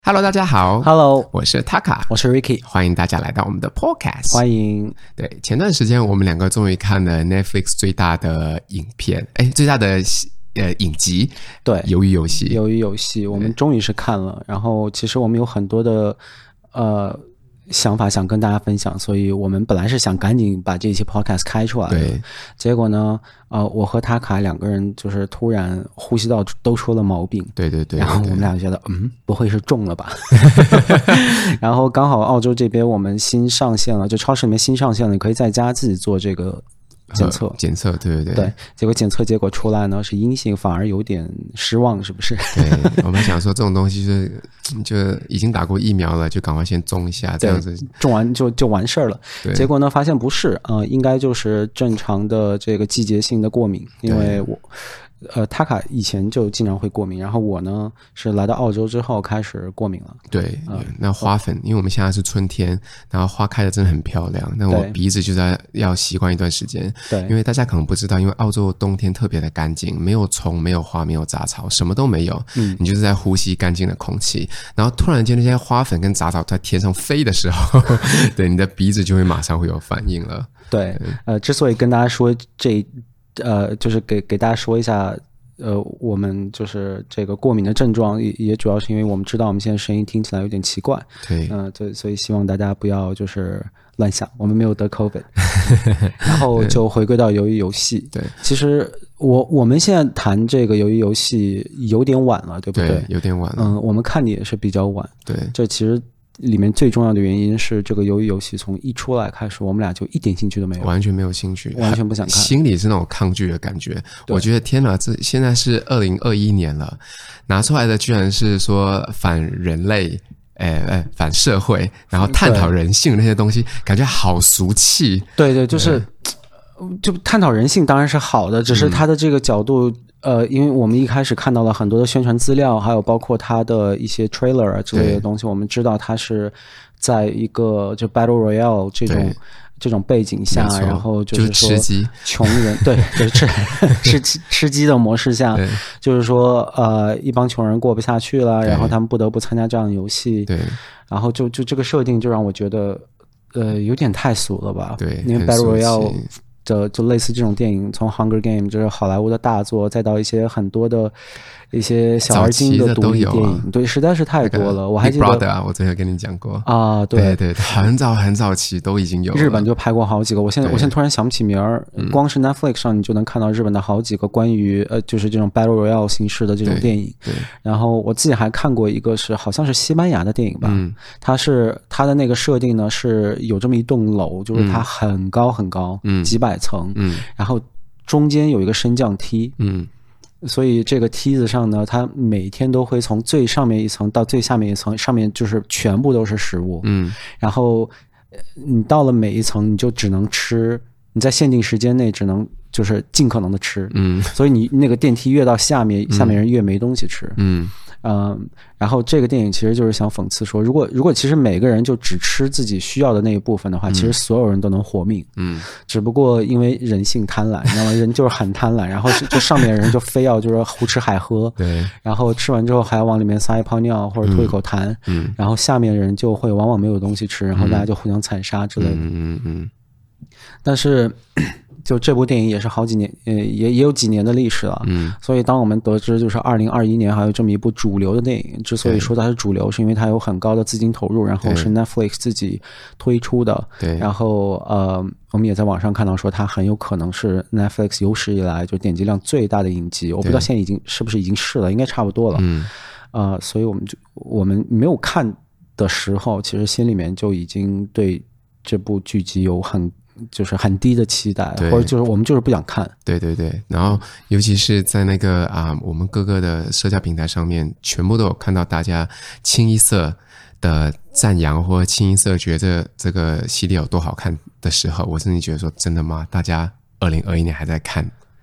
Hello， 大家好 Hello， 我是 Taka， 我是 Ricky， 欢迎大家来到我们的 Podcast。 欢迎。 对，前段时间我们两个终于看了 Netflix 最大的影片，最大的影集， 对， 鱿鱼游戏。 鱿鱼游戏，我们终于是看了。然后，其实我们有很多的想法想跟大家分享，所以我们本来是想赶紧把这一期 podcast 开出来的。 对， 结果呢，我和塔卡两个人就是突然呼吸道都出了毛病。 对， 然后我们俩觉得，不会是中了吧？然后刚好澳洲这边我们新上线了，就超市里面新上线了，你可以在家自己做这个检测， 对，结果检测结果出来呢是阴性，反而有点失望，是不是？ 对，我们想说这种东西就已经打过疫苗了，就赶快先种一下，这样子种完就完事儿了。结果呢发现不是，应该就是正常的这个季节性的过敏，因为塔卡以前就经常会过敏，然后我呢是来到澳洲之后开始过敏了。 对，那花粉，因为我们现在是春天，然后花开的真的很漂亮，那我鼻子就是要习惯一段时间。 对， 因为大家可能不知道，因为澳洲冬天特别的干净，没有虫，没有花，没有杂草，什么都没有。你就是在呼吸干净的空气，然后突然间那些花粉跟杂草在天上飞的时候，对，你的鼻子就会马上会有反应了。 对，之所以跟大家说就是给大家说一下，我们就是这个过敏的症状，也主要是因为我们知道我们现在声音听起来有点奇怪，对，所以希望大家不要就是乱想，我们没有得 COVID。然后就回归到鱿鱼游戏， 对， 其实我们现在谈这个鱿鱼游戏有点晚了，对不对？ 对，有点晚了。 我们看的也是比较晚， 对， 这其实里面最重要的原因是这个鱿鱼游戏从一出来开始，我们俩就一点兴趣都没有， 完全没有兴趣， 完全不想看， 心里是那种抗拒的感觉。我觉得天哪，这现在是2021年了，拿出来的居然是说反人类。反社会，然后探讨人性那些东西，感觉好俗气。 对，就是就探讨人性当然是好的，只是他的这个角度，因为我们一开始看到了很多的宣传资料，还有包括他的一些 trailer 之类的东西，我们知道他是在一个就 Battle Royale 这种背景下，然后就是说穷人对，就是吃鸡的模式下，就是说一帮穷人过不下去了，然后他们不得不参加这样的游戏， 对， 然后就这个设定就让我觉得有点太俗了吧？ 对， 因为 Battle Royale 就类似这种电影，从 Hunger Game 就是好莱坞的大作，再到一些很多的一些小而精的独立电影，对，实在是太多了。我还记得 Big Brother 啊，我之前跟你讲过啊，对， 很早期都已经有了， 日本就拍过好几个。我现在突然想不起名儿，光是 Netflix 上你就能看到日本的好几个关于就是这种 Battle Royale 形式的这种电影。 对， 然后我自己还看过一个好像是西班牙的电影吧，它的那个设定呢是有这么一栋楼，就是它很高很高，几百层，然后中间有一个升降梯，所以这个梯子上呢，它每天都会从最上面一层到最下面一层，上面就是全部都是食物，然后你到了每一层，你就只能吃，你在限定时间内只能就是尽可能的吃，所以你那个电梯越到下面人越没东西吃，然后这个电影其实就是想讽刺说，如果其实每个人就只吃自己需要的那一部分的话，其实所有人都能活命。只不过因为人性贪婪，你知道吗？人就是很贪婪，然后就上面的人就非要就是胡吃海喝，对，然后吃完之后还要往里面撒一泡尿或者吐一口痰，然后下面的人就会往往没有东西吃，然后大家就互相残杀之类的。但是就这部电影也是好几年，也有几年的历史了。所以当我们得知就是2021年还有这么一部主流的电影，之所以说它是主流，是因为它有很高的资金投入，然后是 Netflix 自己推出的。对，然后我们也在网上看到说它很有可能是 Netflix 有史以来就点击量最大的影集，我不知道现在是不是已经是了，应该差不多了。所以我们没有看的时候，其实心里面就已经对这部剧集有很低的期待，或者就是我们就是不想看。对， 然后尤其是在那个我们各个的社交平台上面，全部都有看到大家清一色的赞扬或清一色觉得这个系列有多好看的时候，我真的觉得说真的吗？大家2021年还在看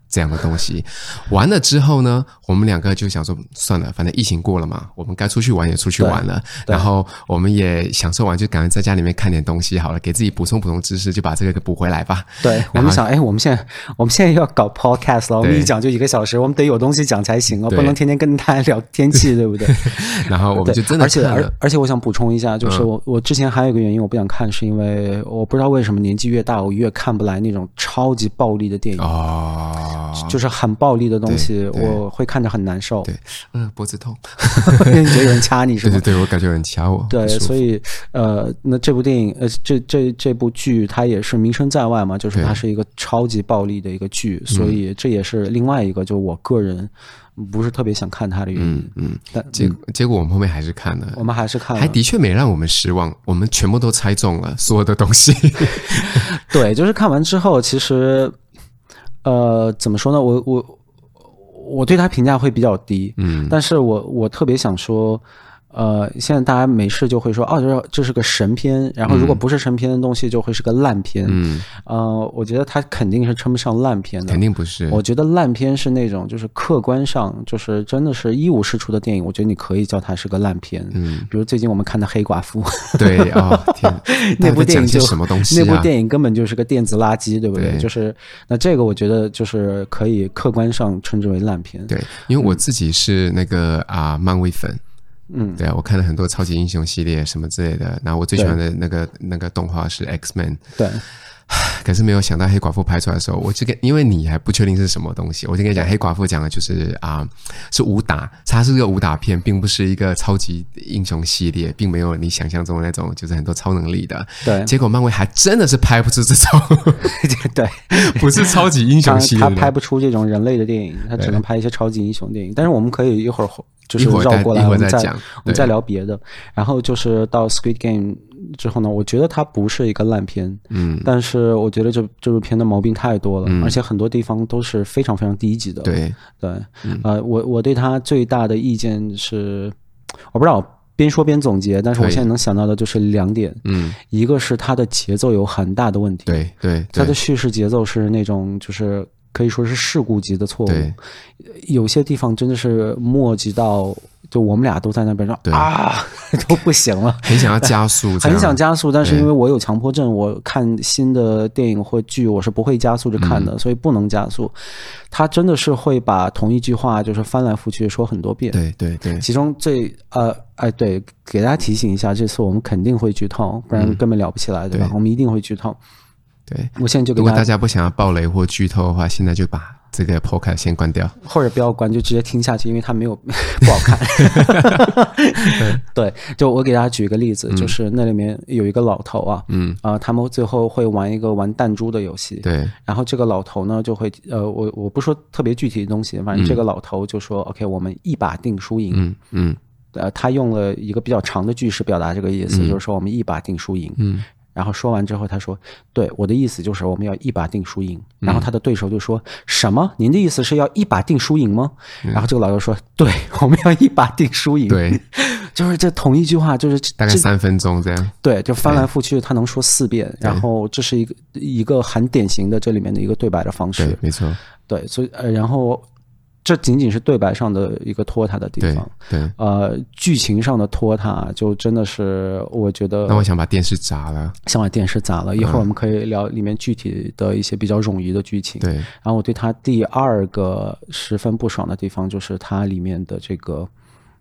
这样的东西。完了之后呢，我们两个就想说算了，反正疫情过了嘛，我们该出去玩也出去玩了，然后我们也享受完，就赶快在家里面看点东西好了，给自己补充知识，就把这个给补回来吧。 对，我们想我们现在要搞 podcast 了，我们一讲就1个小时，我们得有东西讲才行啊，不能天天跟大家聊天气，对不对？ 然后我们就真的而且我想补充一下，就是我之前还有一个原因我不想看，是因为我不知道为什么年纪越大我越看不来那种超级暴力的电影就是很暴力的东西，我会看着很难受。 对，脖子痛， 因为你觉得有人掐你是吗？ 对，我感觉有人掐我。 对，所以那这部电影这部剧它也是名声在外嘛，就是它是一个超级暴力的一个剧，所以这也是另外一个就我个人不是特别想看它的原因。但结果我们后面还是看了， 我们还是看了， 还的确没让我们失望，我们全部都猜中了所有的东西。 对，就是看完之后，其实怎么说呢？我对他评价会比较低，但是我特别想说。现在大家没事就会说这是个神片，然后如果不是神片的东西就会是个烂片。我觉得它肯定是称不上烂片的， 肯定不是。 我觉得烂片是那种就是客观上就是真的是一无是处的电影，我觉得你可以叫它是个烂片。比如最近我们看的《黑寡妇》， 对天， 那部电影就什么东西啊？ 那部电影根本就是个电子垃圾，对不对？就是那这个我觉得就是可以客观上称之为烂片。 对，因为我自己是那个漫威粉。对啊，我看了很多超级英雄系列什么之类的，然后我最喜欢的那个动画是 X-Men。对。可是没有想到黑寡妇拍出来的时候，因为你还不确定是什么东西，我就跟你讲，黑寡妇讲的就是是武打，它是个武打片，并不是一个超级英雄系列，并没有你想象中的那种就是很多超能力的。对，结果漫威还真的是拍不出这种，对，不是超级英雄系列的， 他拍不出这种人类的电影，他只能拍一些超级英雄电影。但是我们可以一会儿就是绕过来，我们再聊别的。然后就是到 Squid Game 之后呢，我觉得它不是一个烂片，但是我觉得这部片的毛病太多了，而且很多地方都是非常非常低级的。对，我对它最大的意见是，我不知道边说边总结，但是我现在能想到的就是2点，一个是它的节奏有很大的问题，对，它的叙事节奏是那种就是可以说是事故级的错误，有些地方真的是墨迹到就我们俩都在那边说都不行了， 很想要加速很想加速，但是因为我有强迫症，我看新的电影或剧我是不会加速着看的，所以不能加速。他真的是会把同一句话就是翻来覆去说很多遍，对，其中对，给大家提醒一下，这次我们肯定会剧透，不然根本聊不起来，对吧？我们一定会剧透。对，我现在就如果大家不想要爆雷或剧透的话，现在就把这个 podcast 先关掉， 或者不要关，就直接听下去，因为它没有不好看。对，就我给大家举一个例子，就是那里面有一个老头他们最后会玩一个玩弹珠的游戏，对，然后这个老头呢就会我不说特别具体的东西，反正这个老头就说OK， 我们一把定输赢，他用了一个比较长的句式表达这个意思，就是说我们一把定输赢，然后说完之后他说对，我的意思就是我们要一把定输赢，然后他的对手就说什么，您的意思是要一把定输赢吗？然后这个老头说对，我们要一把定输赢，对，就是这同一句话就是大概3分钟这样， 对，就翻来覆去他能说4遍，然后这是一个很典型的这里面的一个对白的方式， 对，没错， 对，所以然后这仅仅是对白上的一个拖沓的地方，对，剧情上的拖沓就真的是我觉得， 那我想把电视砸了， 一会儿我们可以聊里面具体的一些比较冗余的剧情，对，然后我对它第2个十分不爽的地方就是它里面的这个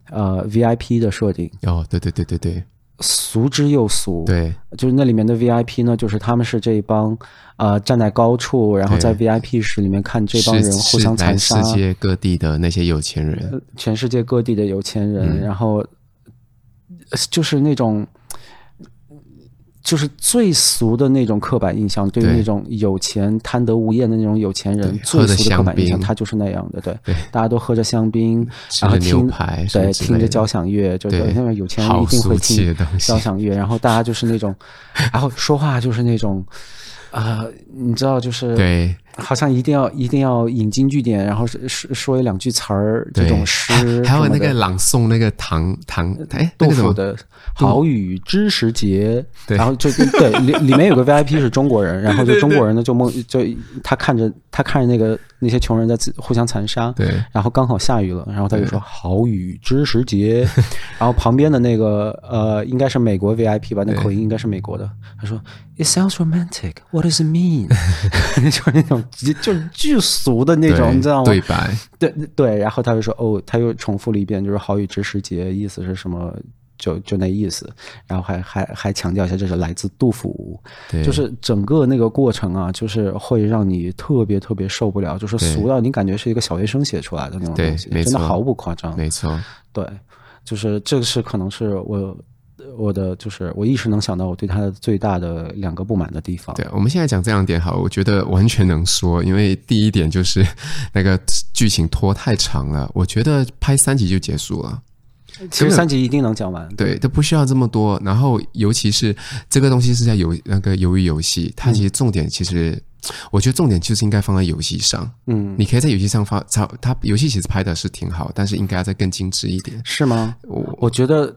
VIP 的设定， 对， 俗之又俗， 对， 就是那里面的 VIP 呢，就是他们是这一帮站在高处，然后在 VIP 室里面看这帮人互相残杀， 世界各地的那些有钱人， 全世界各地的有钱人，然后就是那种就是最俗的那种刻板印象，对于那种有钱贪得无厌的那种有钱人，最俗的刻板印象，他就是那样的，对，大家都喝着香槟，然后听着交响乐，就对，因为有钱人一定会听交响乐，然后大家就是那种，然后说话就是那种你知道就是对。 好像一定要引经据典，然后说一两句词儿，这种诗， 还有那个朗诵那个杜甫的好雨知时节， 对， 然后就对里面有个 VIP 是中国人，然后就中国人呢就他看着那些穷人在互相残杀， 对， 然后刚好下雨了，然后他就说好雨知时节，然后旁边的那个应该是美国 VIP 吧，那口音应该是美国的，他说 It sounds romantic. What does it mean? 就是那种就是巨俗的那种，你知道吗？ 对白， 对，然后他就说他又重复了一遍，就是好雨知时节，意思是什么？就那意思，然后还强调一下这是来自杜甫，就是整个那个过程啊，就是会让你特别特别受不了，就是俗到你感觉是一个小学生写出来的那种东西，真的毫不夸张。 没错， 对，就是这个是可能是我的就是我一时能想到我对他的最大的2个不满的地方。 对，我们现在讲这2点好，我觉得完全能说，因为第一点就是那个剧情拖太长了，我觉得拍3集就结束了。 其实3集一定能讲完， 对，都不需要这么多。然后尤其是这个东西是在那个鱿鱼游戏，它其实重点我觉得重点就是应该放在游戏上。你可以在游戏上它游戏其实拍的是挺好，但是应该要再更精致一点。 是吗？我觉得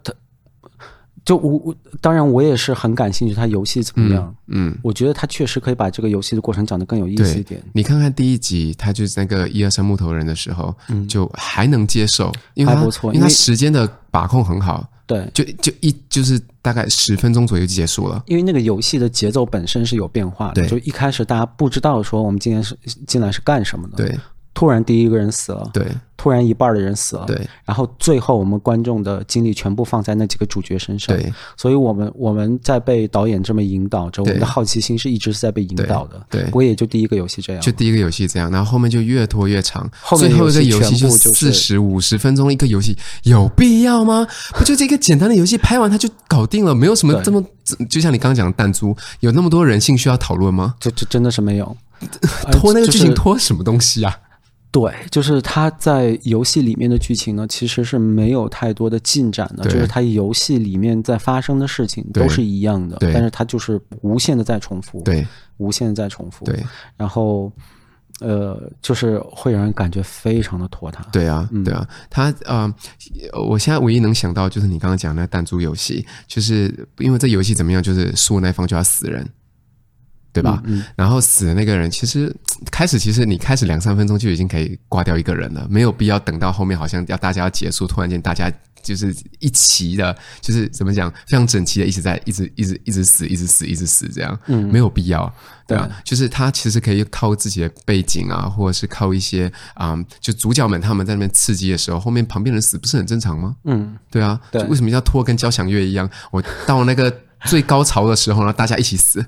当然我也是很感兴趣它游戏怎么样。我觉得它确实可以把这个游戏的过程讲得更有意思一点。 你看看第1集他就是那个1、2、3木头人的时候，就还能接受，因为还不错， 因为他时间的把控很好。 对， 就是大概10分钟左右就结束了。 因为那个游戏的节奏本身是有变化的，就一开始大家不知道说我们进来是干什么的。 对， 突然第一个人死了， 对， 突然一半的人死了， 对， 然后最后我们观众的精力全部放在那几个主角身上， 对， 所以我们在被导演这么引导着，我们的好奇心是一直是在被引导的， 对， 不过也就第一个游戏这样， 就第一个游戏这样，然后后面就越拖越长， 最后一个游戏就40、50分钟一个游戏，有必要吗？不就这个简单的游戏拍完它就搞定了，没有什么这么，就像你刚刚讲的弹珠，有那么多人性需要讨论吗？ 这真的是没有， 拖那个剧情拖什么东西啊？ 对，就是他在游戏里面的剧情呢，其实是没有太多的进展的，就是他游戏里面在发生的事情都是一样的，但是他就是无限的在重复， 对， 无限的在重复， 对， 然后就是会让人感觉非常的拖沓。 对啊，对啊，他我现在唯一能想到就是你刚刚讲的那弹珠游戏，就是因为这游戏怎么样，就是输的那方就要死人。对吧？然后死的那个人，其实你开始2、3分钟就已经可以挂掉一个人了，没有必要等到后面好像大家要结束，突然间大家就是一齐的，就是怎么讲，非常整齐的一直死这样，没有必要，对啊，就是他其实可以靠自己的背景啊，或者是靠一些就主角们他们在那边刺激的时候，后面旁边人死不是很正常吗？对啊，对，为什么要拖跟交响乐一样？我到那个最高潮的时候，然后大家一起死。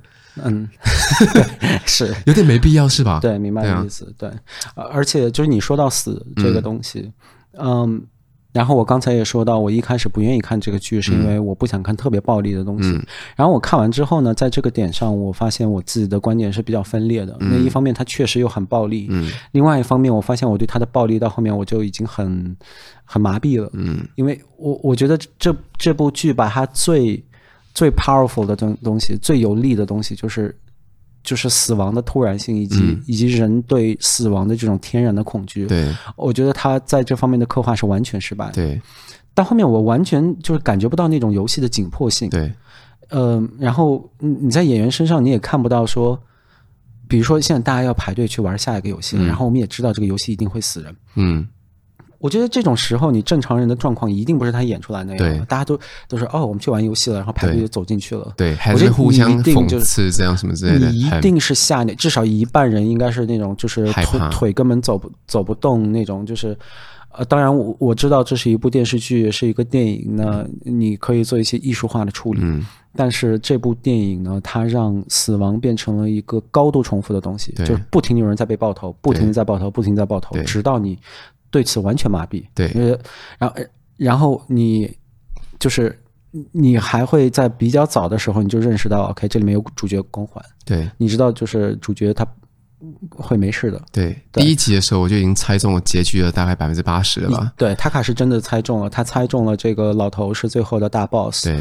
是有点没必要是吧？ 对，明白你意思。对，而且就是你说到死这个东西，然后我刚才也说到，我一开始不愿意看这个剧，是因为我不想看特别暴力的东西。然后我看完之后呢，在这个点上，我发现我自己的观点是比较分裂的。那一方面，它确实又很暴力；另外一方面，我发现我对它的暴力到后面我就已经很麻痹了。因为我觉得这部剧把它最 powerful 的东西，最有力的东西，就是死亡的突然性，以及人对死亡的这种天然的恐惧。 对， 我觉得他在这方面的刻画是完全失败的。 对， 到后面我完全就是感觉不到那种游戏的紧迫性。 对， 然后你在演员身上你也看不到说，比如说现在大家要排队去玩下一个游戏，然后我们也知道这个游戏一定会死人。我觉得这种时候，你正常人的状况一定不是他演出来那样的，大家都是我们去玩游戏了，然后排队就走进去了。 对，还是互相讽刺这样什么之类的。 你一定是吓你，至少一半人应该是那种就是腿根本走不动那种，就是当然我知道这是一部电视剧，是一个电影呢，你可以做一些艺术化的处理。但是这部电影呢，它让死亡变成了一个高度重复的东西，就是不停有人在被爆头，不停地在爆头，不停地在爆头，直到你对此完全麻痹。 对， 然后你就是你还会在比较早的时候你就认识到 OK 这里面有主角光环。 对， 你知道就是主角他会没事的。 对，第1集的时候我就已经猜中了结局了，大概80%了吧。 对，塔卡是真的猜中了，他猜中了这个老头是最后的大 boss。 对，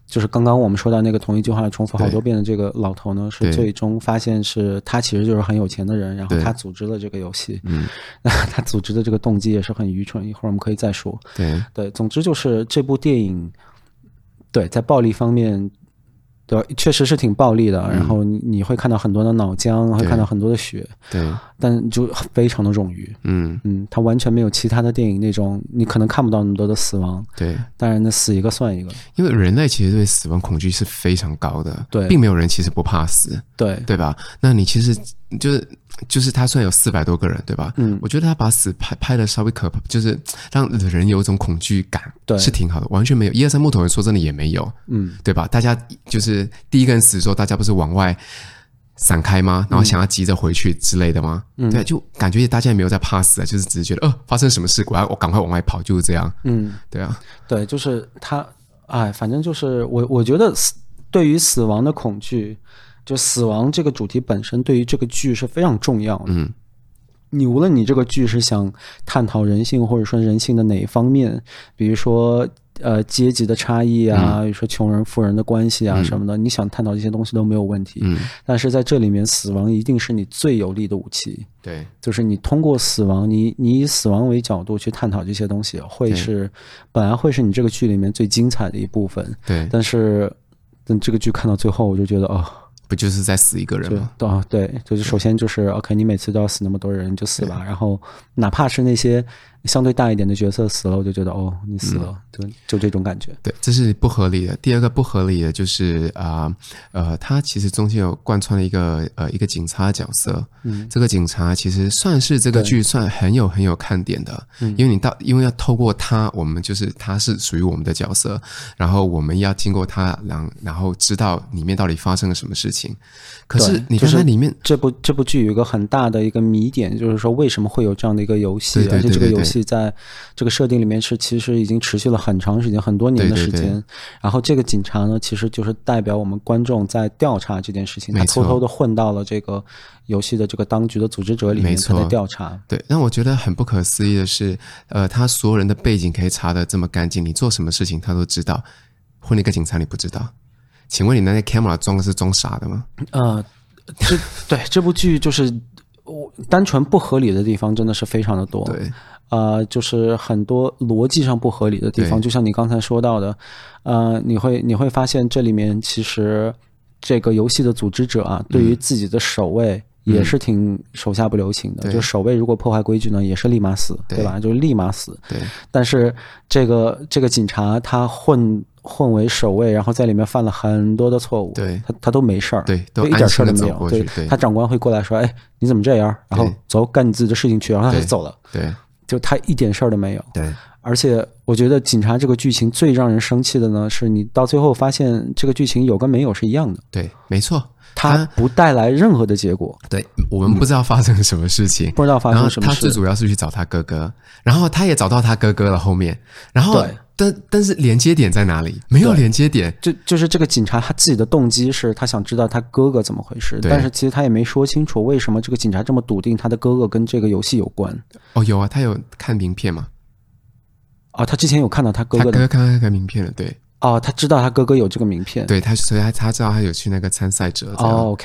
就是刚刚我们说到那个同一句话重复好多遍的这个老头呢，是最终发现是他其实就是很有钱的人，然后他组织了这个游戏，他组织的这个动机也是很愚蠢，一会儿我们可以再说。对，总之就是这部电影，对，在暴力方面。对，确实是挺暴力的，然后你会看到很多的脑浆，会看到很多的血， 对， 但就非常的冗余，它完全没有其他的电影那种，你可能看不到那么多的死亡， 对， 当然那死一个算一个， 因为人类其实对死亡恐惧是非常高的， 对， 并没有人其实不怕死，对吧？那你其实就是他虽然有400多个人，对吧？我觉得他把死拍的稍微可怕，就是让人有一种恐惧感，对，是挺好的，完全没有。1、2、3木头人说真的也没有，对吧？大家就是第一个人死的时候，大家不是往外散开吗？然后想要急着回去之类的吗？对，就感觉大家也没有在怕死，就是只是觉得发生什么事，我赶快往外跑，就是这样。对啊， 对，就是他，反正就是我觉得对于死亡的恐惧。就死亡这个主题本身对于这个剧是非常重要的。你无论你这个剧是想探讨人性或者说人性的哪一方面，比如说阶级的差异啊，比如说穷人富人的关系啊什么的，你想探讨这些东西都没有问题。但是在这里面死亡一定是你最有力的武器。 对， 就是你通过死亡，你以死亡为角度去探讨这些东西，本来会是你这个剧里面最精彩的一部分。 对， 但这个剧看到最后我就觉得不就是再死一个人吗？ 对，就是首先就是 OK， 你每次都要死那么多人，你就死吧。然后哪怕是那些相对大一点的角色死了，我就觉得你死了，就这种感觉。 对，这是不合理的。第二个不合理的就是他其实中间有贯穿了一个警察角色。这个警察其实算是这个剧算很有看点的，因为要透过他，我们就是他是属于我们的角色，然后我们要经过他，然后知道里面到底发生了什么事情。可是你看它里面， 这部剧有一个很大的一个谜点，就是说为什么会有这样的一个游戏，而且这个游戏在这个设定里面其实已经持续了很长时间，很多年的时间。然后这个警察呢，其实就是代表我们观众在调查这件事情，他偷偷的混到了这个游戏的这个当局的组织者里面，他在调查。 对，但我觉得很不可思议的是，他所有人的背景可以查得这么干净，你做什么事情他都知道，混了一个警察你不知道。请问你那些 camera 装的是装傻的吗？ 对，这部剧就是单纯不合理的地方真的是非常的多。 对， 就是很多逻辑上不合理的地方，就像你刚才说到的，你会发现这里面其实这个游戏的组织者对于自己的守卫也是挺手下不留情的，就守卫如果破坏规矩呢，也是立马死，对吧？就是立马死。 对，但是这个警察他混为守卫，然后在里面犯了很多的错误， 对， 他都没事儿， 对，都一点事儿都没有。 对， 他长官会过来说：“哎，你怎么这样？”然后走，干你自己的事情去，然后他就走了。 对， 就他一点事儿都没有。 对， 而且我觉得警察这个剧情最让人生气的呢，是你到最后发现这个剧情有跟没有是一样的。 对，没错。 它不带来任何的结果。 对，我们不知道发生了什么事情， 不知道发生什么事。 他最主要是去找他哥哥，然后他也找到他哥哥了。后面，然后但是连接点在哪里？没有连接点。 就是这个警察他自己的动机是他想知道他哥哥怎么回事，但是其实他也没说清楚为什么这个警察这么笃定他的哥哥跟这个游戏有关。 有啊，他有看名片嘛？ 他之前有看到他哥哥看那个名片了，对。 他知道他哥哥有这个名片， 对，所以他知道他有去那个参赛者。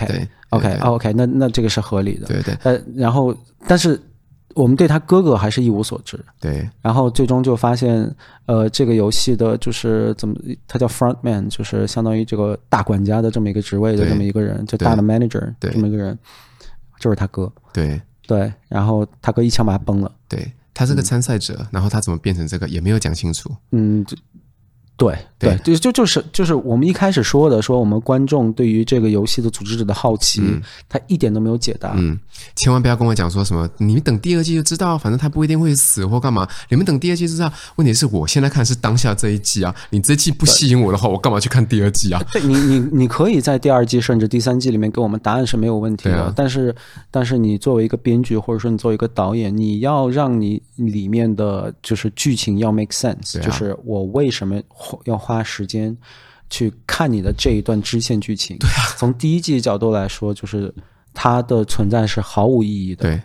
OK， 那这个是合理的， 对。 然后，但是我们对他哥哥还是一无所知， 对。 然后最终就发现，这个游戏的就是他叫 frontman， 就是相当于这个大管家的这么一个职位的这么一个人，就大的 manager 这么一个人，就是他哥。 对。 然后他哥一枪把他崩了。 对，他是个参赛者，然后他怎么变成这个也没有讲清楚。 对，就是我们一开始说我们观众对于这个游戏的组织者的好奇，他一点都没有解答。 千万不要跟我讲说什么你们等第二季就知道，反正他不一定会死或干嘛，你们等第二季就知道。问题是我现在看是当下这一季啊，你这一季不吸引我的话，我干嘛去看第二季啊？ 对，你可以在第二季甚至第三季里面给我们答案是没有问题的，但是你作为一个编剧或者说你作为一个导演，你要让你里面的就是剧情要 make sense，就是我为什么要花时间去看你的这一段支线剧情。 对啊， 从第一季角度来说，就是它的存在是毫无意义的。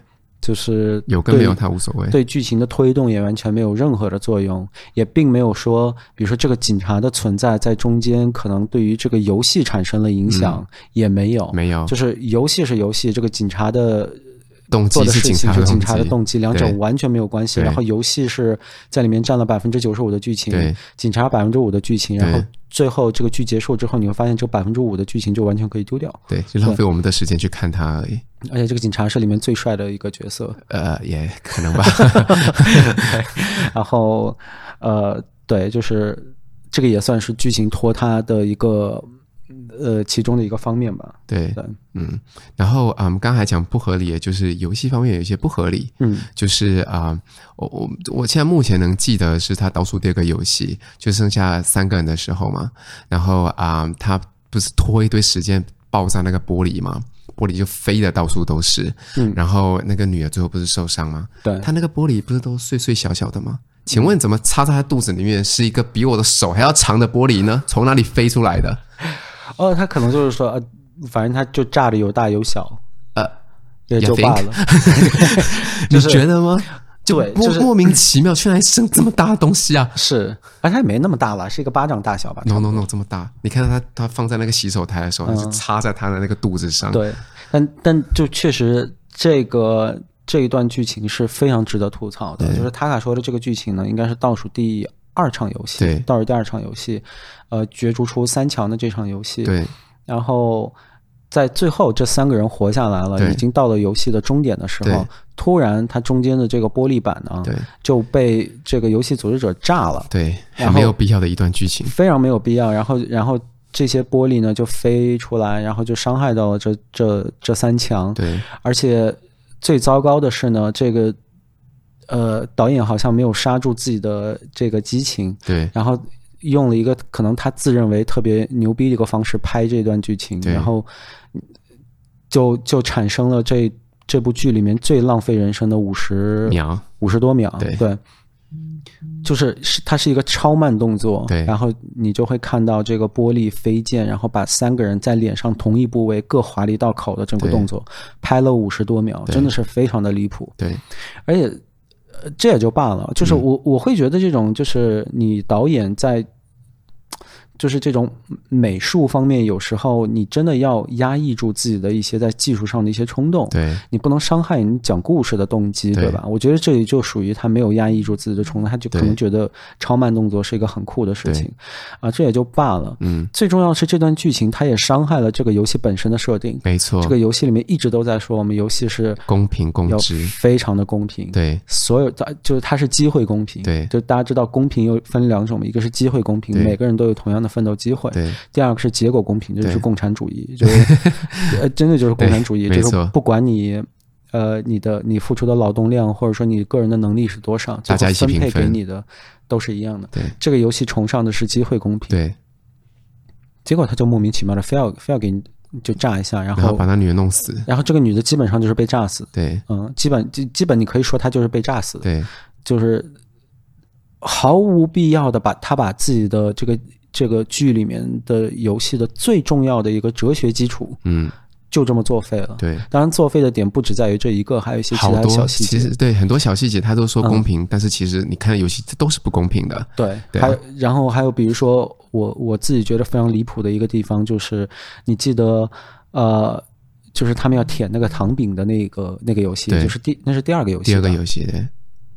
就是有跟没有他无所谓， 对剧情的推动也完全没有任何的作用，也并没有说比如说这个警察的存在在中间可能对于这个游戏产生了影响，也没有，就是游戏是游戏，这个警察的动机是警察的动机，两者完全没有关系。然后游戏是在里面占了95%的剧情，警察5%的剧情，然后最后这个剧结束之后，你会发现这个5%的剧情就完全可以丢掉， 对，就浪费我们的时间去看它而已。 而且这个警察是里面最帅的一个角色， 也可能吧。 然后对，就是这个也算是剧情拖沓的一个其中的一个方面吧。 对，然后刚才讲不合理，就是游戏方面有一些不合理，就是我现在目前能记得是他倒数第2个游戏，就剩下3个人的时候嘛，然后他不是拖一堆时间爆炸那个玻璃吗？玻璃就飞的到处都是，然后那个女的最后不是受伤吗？ 对， 她那个玻璃不是都碎碎小小的吗？请问怎么插在她肚子里面是一个比我的手还要长的玻璃呢？从哪里飞出来的？ 他可能就是说反正他就炸的有大有小，也就罢了。 你觉得吗？ 对，就是莫名其妙，居然生这么大的东西啊！ 是，而它也没那么大了，是一个巴掌大小吧 ？No， 这么大！你看它放在那个洗手台的时候，它是插在它的那个肚子上。 对，但就确实这一段剧情是非常值得吐槽的。就是塔卡说的这个剧情呢，应该是倒数第2场游戏， 对， 倒数第2场游戏，角逐出3强的这场游戏。 对， 然后在最后这3个人活下来了，已经到了游戏的终点的时候，突然它中间的这个玻璃板呢，就被这个游戏组织者炸了。 对，很没有必要的一段剧情， 非常没有必要。然后这些玻璃呢就飞出来，然后就伤害到了这3强。 对， 而且最糟糕的是呢，这个导演好像没有刹住自己的这个激情。 对， 然后用了一个可能他自认为特别牛逼的一个方式拍这段剧情，然后就产生了这部剧里面最浪费人生的50多秒。对，就是它是一个超慢动作， 对， 然后你就会看到这个玻璃飞溅，然后把3个人在脸上同一部位各划了一道口的整个动作拍了50多秒，真的是非常的离谱。 对， 而且这也就罢了，就是我会觉得这种就是你导演在就是这种美术方面，有时候你真的要压抑住自己的一些在技术上的一些冲动， 对， 你不能伤害你讲故事的动机，对吧？我觉得这里就属于他没有压抑住自己的冲动，他就可能觉得超慢动作是一个很酷的事情这也就罢了。最重要的是这段剧情它也伤害了这个游戏本身的设定。 没错， 这个游戏里面一直都在说我们游戏是公平公正， 非常的公平。 对， 所有就是它是机会公平。 对， 就大家知道公平又分2种，一个是机会公平，每个人都有同样的奋斗机会。 对， 第2个是结果公平，这就是共产主义，就是真的就是共产主义，就是不管你你付出的劳动量或者说你个人的能力是多少， 大家一起分配给你的都是一样的。 对， 这个游戏崇尚的是机会公平。 对， 结果他就莫名其妙的非要给你就炸一下，然后把那女的弄死， 然后这个女的基本上就是被炸死。 对， 基本你可以说她就是被炸死。 对， 就是毫无必要的把自己的这个剧里面的游戏的最重要的一个哲学基础，就这么作废了。对，当然作废的点不只在于这一个，还有一些其他的小细节。 其实对很多小细节他都说公平，但是其实你看游戏这都是不公平的。 对，然后还有比如说我自己觉得非常离谱的一个地方，就是你记得就是他们要舔那个糖饼的那个游戏，就是那是第2个游戏。 第2个游戏，对。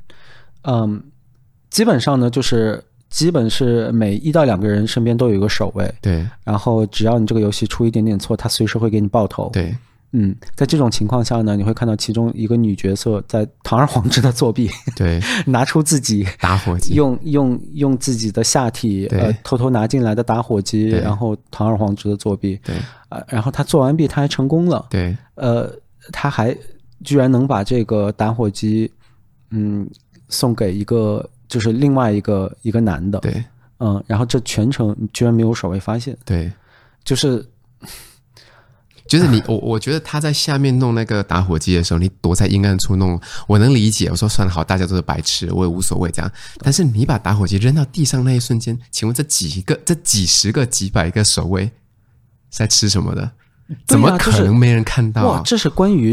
基本上呢基本是每1到2个人身边都有一个守卫， 对， 然后只要你这个游戏出一点点错，他随时会给你爆头， 对， 在这种情况下呢，你会看到其中一个女角色在堂而皇之的作弊， 对， 拿出自己打火机， 用自己的下体偷偷拿进来的打火机，然后堂而皇之的作弊， 对， 然后他做完弊他还成功了， 对， 他还居然能把这个打火机送给就是另外一个男的， 对， 然后这全程居然没有守卫发现， 对， 就是我觉得他在下面弄那个打火机的时候，你躲在阴暗处弄，我能理解。我说算了，好，大家都是白痴，我也无所谓这样。但是你把打火机扔到地上那一瞬间，请问这几十个、几百个守卫是在吃什么的？怎么可能没人看到哇，这是关于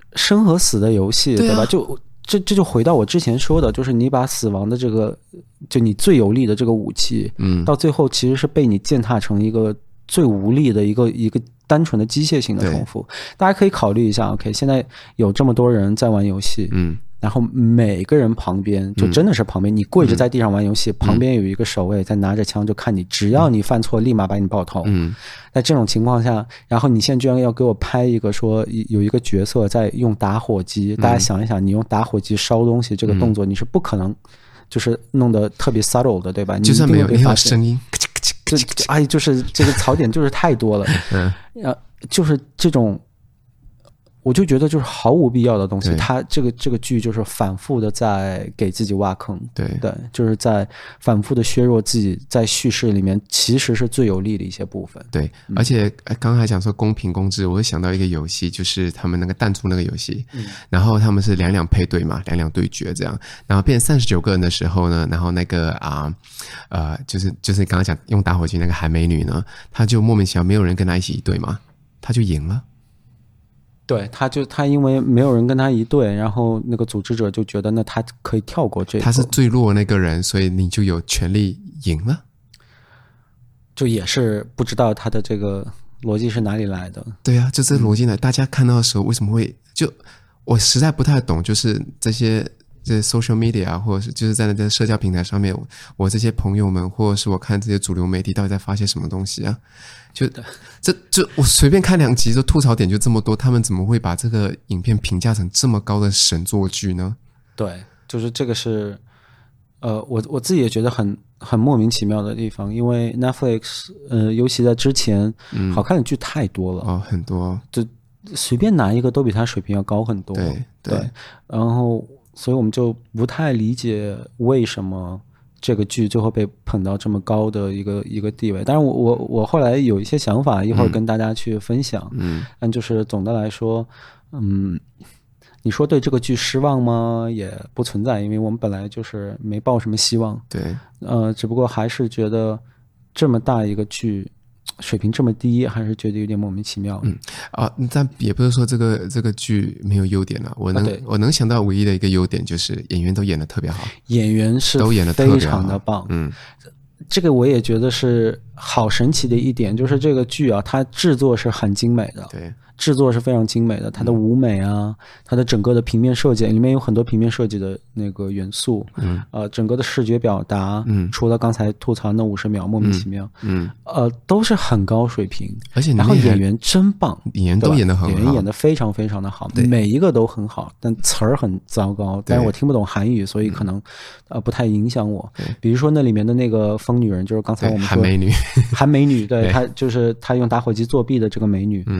生和死的游戏，对吧？这就回到我之前说的，就是你把死亡的这个，就你最有力的这个武器，到最后其实是被你践踏成一个最无力的一个单纯的机械性的重复。大家可以考虑一下 ，OK， 现在有这么多人在玩游戏，然后每个人旁边就真的是旁边，你跪着在地上玩游戏，旁边有一个守卫在拿着枪就看你，只要你犯错，立马把你爆头。在这种情况下，然后你现在居然要给我拍一个说有一个角色在用打火机，大家想一想，你用打火机烧东西这个动作，你是不可能就是弄得特别 subtle 的，对吧？ 就算没有声音， 就是这个槽点就是太多了，就是这种。我就觉得就是毫无必要的东西，他这个剧就是反复的在给自己挖坑，对，就是在反复的削弱自己在叙事里面其实是最有利的一些部分。 对，而且刚刚还讲说公平公正，我会想到一个游戏，就是他们那个弹珠那个游戏，然后他们是两配对嘛，两对决这样，然后变39个人的时候呢，然后那个就是刚刚讲用打火机那个韩美女呢，她就莫名其妙没有人跟她一起一队嘛，她就赢了。 对，他因为没有人跟他一队，然后那个组织者就觉得那他可以跳过这个， 他是最弱那个人，所以你就有权利赢了。 就也是不知道他的这个逻辑是哪里来的。 对啊，就这逻辑呢，大家看到的时候为什么会我实在不太懂，就是这些 social media 或者是就是在那些社交平台上面，我这些朋友们或者是我看这些主流媒体到底在发些什么东西啊？就我随便看2集就吐槽点就这么多，他们怎么会把这个影片评价成这么高的神作剧呢？ 对，就是这个是我自己也觉得很莫名其妙的地方，因为 Netflix 尤其在之前好看的剧太多了很多， 就随便拿一个都比它水平要高很多。对，然后所以我们就不太理解为什么这个剧最后被捧到这么高的一个地位。当然我后来有一些想法，一会儿跟大家去分享。但就是总的来说，你说对这个剧失望吗？也不存在，因为我们本来就是没抱什么希望。 对， 只不过还是觉得这么大一个剧水平这么低，还是觉得有点莫名其妙。 但也不是说这个剧没有优点了。我能想到唯一的一个优点就是演员都演得特别好， 演员是都演得特别好， 非常的棒。这个我也觉得是好神奇的一点，就是这个剧啊，它制作是很精美的。 对。 制作是非常精美的，它的舞美啊，它的整个的平面设计里面有很多平面设计的那个元素，整个的视觉表达，除了刚才吐槽那50秒莫名其妙，都是很高水平， 而且然后演员真棒， 演员都演得很好， 演员演得非常非常的好，每一个都很好，但词儿很糟糕，但是我听不懂韩语，所以可能不太影响我。比如说那里面的那个疯女人，就是刚才我们说韩美女，对，她就是她用打火机作弊的这个美女，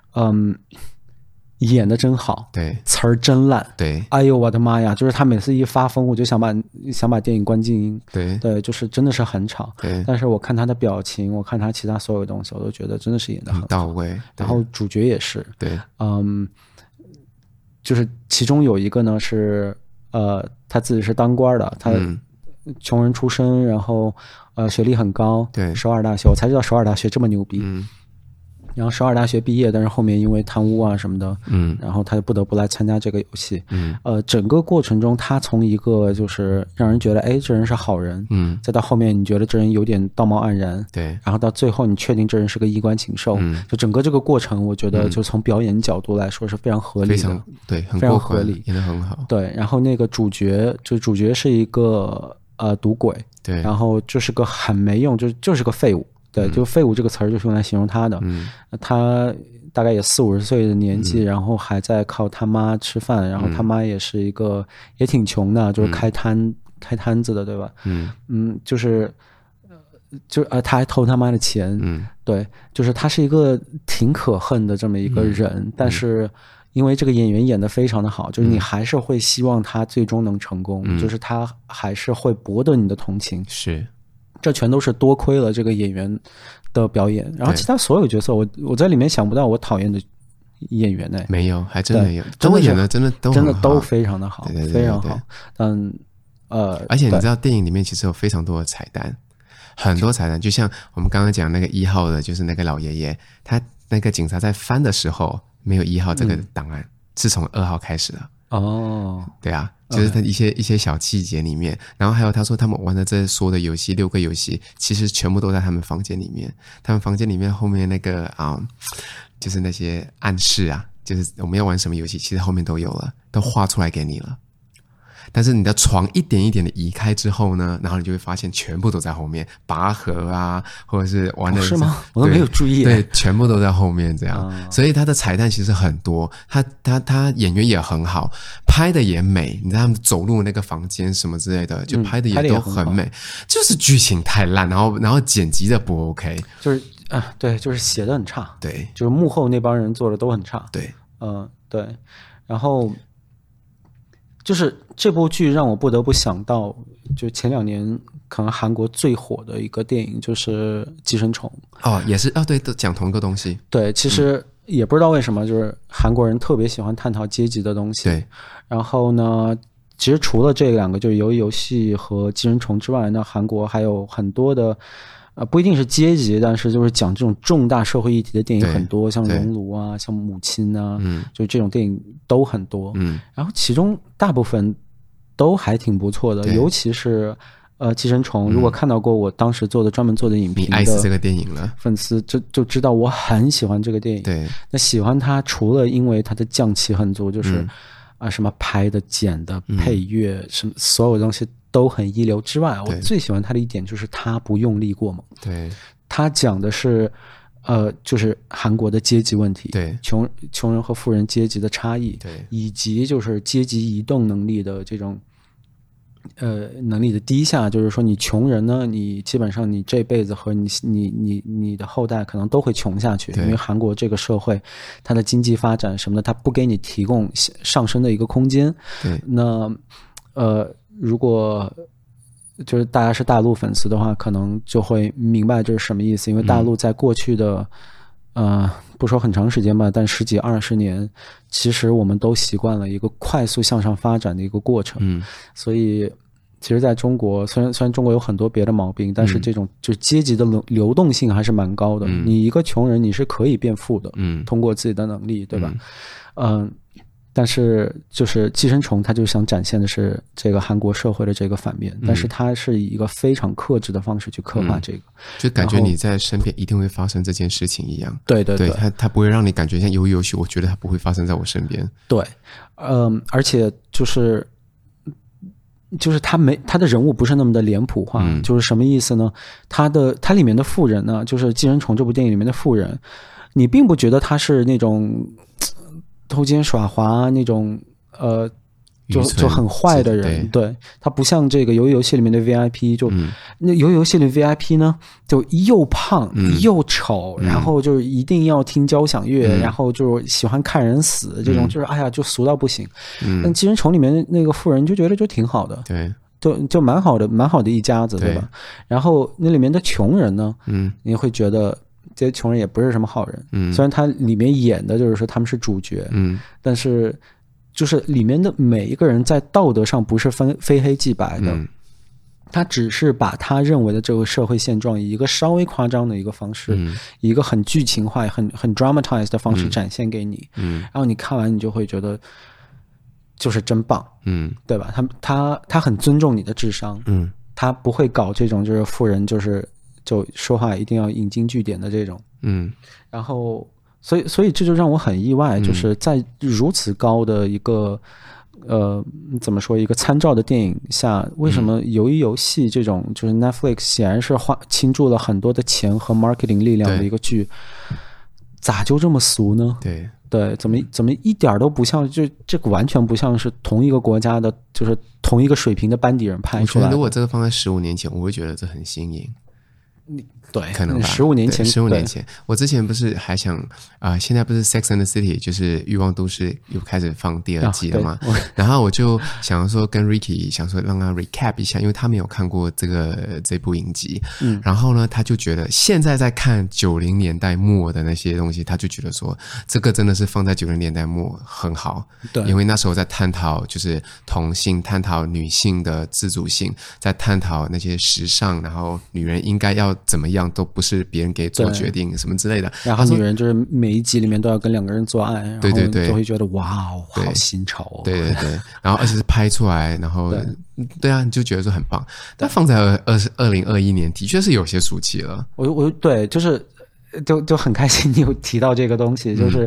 演得真好， 对， 词儿真烂， 对， 哎呦我的妈呀！就是他每次一发疯，我就想把电影关静音，对，就是真的是很吵， 对。 但是我看他的表情，我看他其他所有东西，我都觉得真的是演得很到位。 然后主角也是， 对， 就是其中有一个呢是他自己是当官的，他穷人出身，然后学历很高， 对， 首尔大学，我才知道首尔大学这么牛逼。然后首尔大学毕业，但是后面因为贪污啊什么的，然后他就不得不来参加这个游戏。整个过程中，他从一个就是让人觉得哎这人是好人，再到后面你觉得这人有点道貌岸然， 对， 然后到最后你确定这人是个衣冠禽兽，就整个这个过程，我觉得就从表演角度来说是非常合理的， 非常对，很非常合理， 演得很好。 对，然后那个主角是一个赌鬼， 对， 然后就是个很没用，就是个废物。对，就废物这个词儿就是用来形容他的。他大概也40-50岁的年纪，然后还在靠他妈吃饭，然后他妈也是一个也挺穷的，就是开摊子的，对吧？就是他还偷他妈的钱。对，就是他是一个挺可恨的这么一个人，但是因为这个演员演得非常的好，就是你还是会希望他最终能成功，就是他还是会博得你的同情。 是。 这全都是多亏了这个演员的表演，然后其他所有角色，我在里面想不到我讨厌的演员呢， 没有，还真没有，都演的真的都非常的好，非常好。 而且你知道电影里面其实有非常多的彩蛋，很多彩蛋，就像我们刚刚讲那个1号的，就是那个老爷爷，他那个警察在翻的时候没有1号这个档案。 是从2号开始的。 哦， 对啊，就是他一些小细节里面，然后还有他说他们玩的这所有的游戏6个游戏，其实全部都在他们房间里面。他们房间里面后面那个就是那些暗示啊，就是我们要玩什么游戏，其实后面都有了，都画出来给你了。但是你的床一点一点的移开之后呢，然后你就会发现全部都在后面，拔河啊，或者是玩的、 是吗？我都没有注意。 对，全部都在后面这样。所以他的彩蛋其实很多，他演员也很好，拍的也美。你知道他们走入那个房间什么之类的，就拍的也都很美。就是剧情太烂，然后剪辑的不 OK， 就是对，就是写的很差。 对， 就是幕后那帮人做的都很差。 对， 对，然后。就是这部剧让我不得不想到，就前2年可能韩国最火的一个电影就是《寄生虫》。 也是对，都讲同一个东西。 对，其实也不知道为什么，就是韩国人特别喜欢探讨阶级的东西。 对， 然后呢，其实除了这2个，就是鱿鱼游戏和寄生虫之外呢，韩国还有很多的。不一定是阶级，但是就是讲这种重大社会议题的电影很多，像《熔炉》啊，像《母亲》啊，就这种电影都很多。然后其中大部分都还挺不错的，尤其是寄生虫。如果看到过我当时专门做的影评的， 你爱死这个电影了， 粉丝就知道我很喜欢这个电影。 对， 那喜欢它除了因为它的匠气很足，就是什么拍的、剪的、配乐，什么所有东西。都很一流之外，我最喜欢他的一点就是他不用力过猛。 对， 他讲的是就是韩国的阶级问题， 对， 穷人和富人阶级的差异， 对， 以及就是阶级移动能力的这种能力的低下。就是说你穷人呢，你基本上你这辈子和你的后代可能都会穷下去，因为韩国这个社会它的经济发展什么的，它不给你提供上升的一个空间。 对， 那如果就是大家是大陆粉丝的话，可能就会明白这是什么意思。因为大陆在过去的不说很长时间吧，但10几20年，其实我们都习惯了一个快速向上发展的一个过程。所以其实在中国，虽然中国有很多别的毛病，但是这种就是阶级的流动性还是蛮高的。你一个穷人你是可以变富的，通过自己的能力，对吧？但是就是寄生虫，它就想展现的是这个韩国社会的这个反面，但是它是以一个非常克制的方式去刻画这个， 就感觉你在身边一定会发生这件事情一样。 对， 它不会让你感觉像鱿鱼游戏，我觉得它不会发生在我身边。 对，而且就是他的人物不是那么的脸谱化，就是什么意思呢？它里面的富人呢，就是寄生虫这部电影里面的富人，你并不觉得他是那种偷奸耍滑那种就很坏的人。对，他不像这个鱿鱼游戏里面的 VIP， 就那鱿鱼游戏里 VIP 呢，就又胖又丑，然后就是一定要听交响乐，然后就是喜欢看人死，这种就是哎呀就俗到不行。但寄生虫里面那个富人就觉得就挺好的， 对， 就蛮好的一家子，对吧？然后那里面的穷人呢，你会觉得这些穷人也不是什么好人，虽然他里面演的就是说他们是主角，但是就是里面的每一个人在道德上不是非黑即白的，他只是把他认为的这个社会现状以一个稍微夸张的一个方式，以一个很剧情化、很 dramatized 的方式展现给你，然后你看完你就会觉得就是真棒，对吧？他很尊重你的智商，他不会搞这种就是富人就说话一定要引经据典的这种，然后所以这就让我很意外，就是在如此高的一个怎么说一个参照的电影下，为什么鱿鱼游戏这种就是 Netflix 显然是倾注了很多的钱和 marketing 力量的一个剧，咋就这么俗呢？对，怎么一点都不像，就这个完全不像是同一个国家的，就是同一个水平的班底人拍出来的。我觉得如果这个放在15年前，我会觉得这很新颖。 对， 可能吧。 15年前 ，15年前，我之前不是还想现在不是 Sex and the City 就是欲望都市又开始放第2季了嘛？然后我就想说跟 Ricky 想说让他 recap 一下，因为他没有看过这部影集，然后呢，他就觉得现在在看90年代末的那些东西，他就觉得说这个真的是放在90年代末很好， 对， 因为那时候在探讨就是同性，探讨女性的自主性，在探讨那些时尚，然后女人应该要怎么样。 样都不是别人给做决定什么之类的。 然后女人就是每一集里面都要跟2个人做爱， 对对对， 然后就会觉得哇哦，好新潮哦。 对对对，然后而且是拍出来，然后对啊，你就觉得说很棒。但放在2021年，的确是有些俗气了。 我对，就是就很开心你有提到这个东西，就是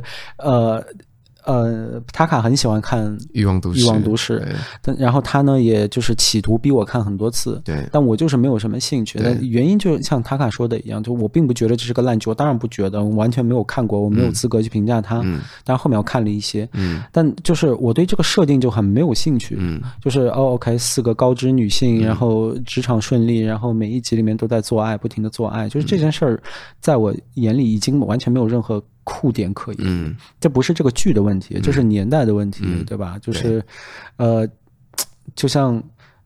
塔卡很喜欢看《 欲望都市》， 然后他呢，也就是企图逼我看很多次， 对， 但我就是没有什么兴趣。但原因就像塔卡说的一样，就我并不觉得这是个烂剧，我当然不觉得，我完全没有看过，我没有资格去评价它。但是后面我看了一些，但就是我对这个设定就很没有兴趣。就是OK， 4个高知女性，然后职场顺利，然后每一集里面都在做爱，不停的做爱，就是这件事儿，在我眼里已经完全没有任何酷点可言。这不是这个剧的问题，这是年代的问题，对吧？就是就像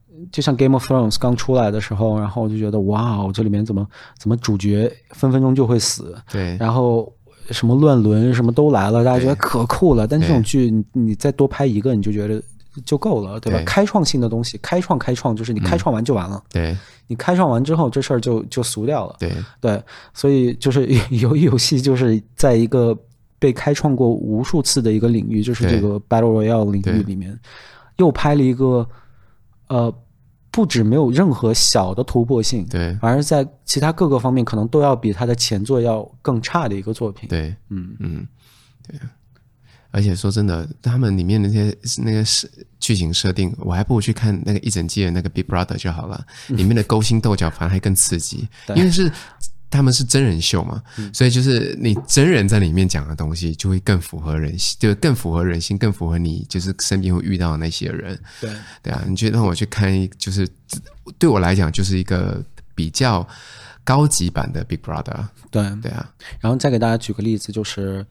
Game of Thrones 刚出来的时候，然后我就觉得哇哦，这里面怎么主角分分钟就会死， 对， 然后什么乱伦什么都来了，大家觉得可酷了。但这种剧你再多拍一个，你就觉得就够了，对吧？开创性的东西，开创就是你开创完就完了。 对， 你开创完之后，这事儿就俗掉了。 对， 所以就是游戏就是在一个被开创过无数次的一个领域，就是这个 Battle Royale 领域里面，又拍了一个不止没有任何小的突破性， 对， 而在其他各个方面可能都要比他的前作要更差的一个作品。 对，对。而且说真的，他们里面那个剧情设定，我还不如去看那个一整季的那个 Big Brother 就好了。里面的勾心斗角反而还更刺激，因为他们是真人秀嘛，所以就是你真人在里面讲的东西，就会更符合人心，就更符合人心，更符合你就是身边会遇到的那些人。对啊，你就让我去看，就是对我来讲就是一个比较高级版的 Big Brother。对啊， 然后再给大家举个例子，就是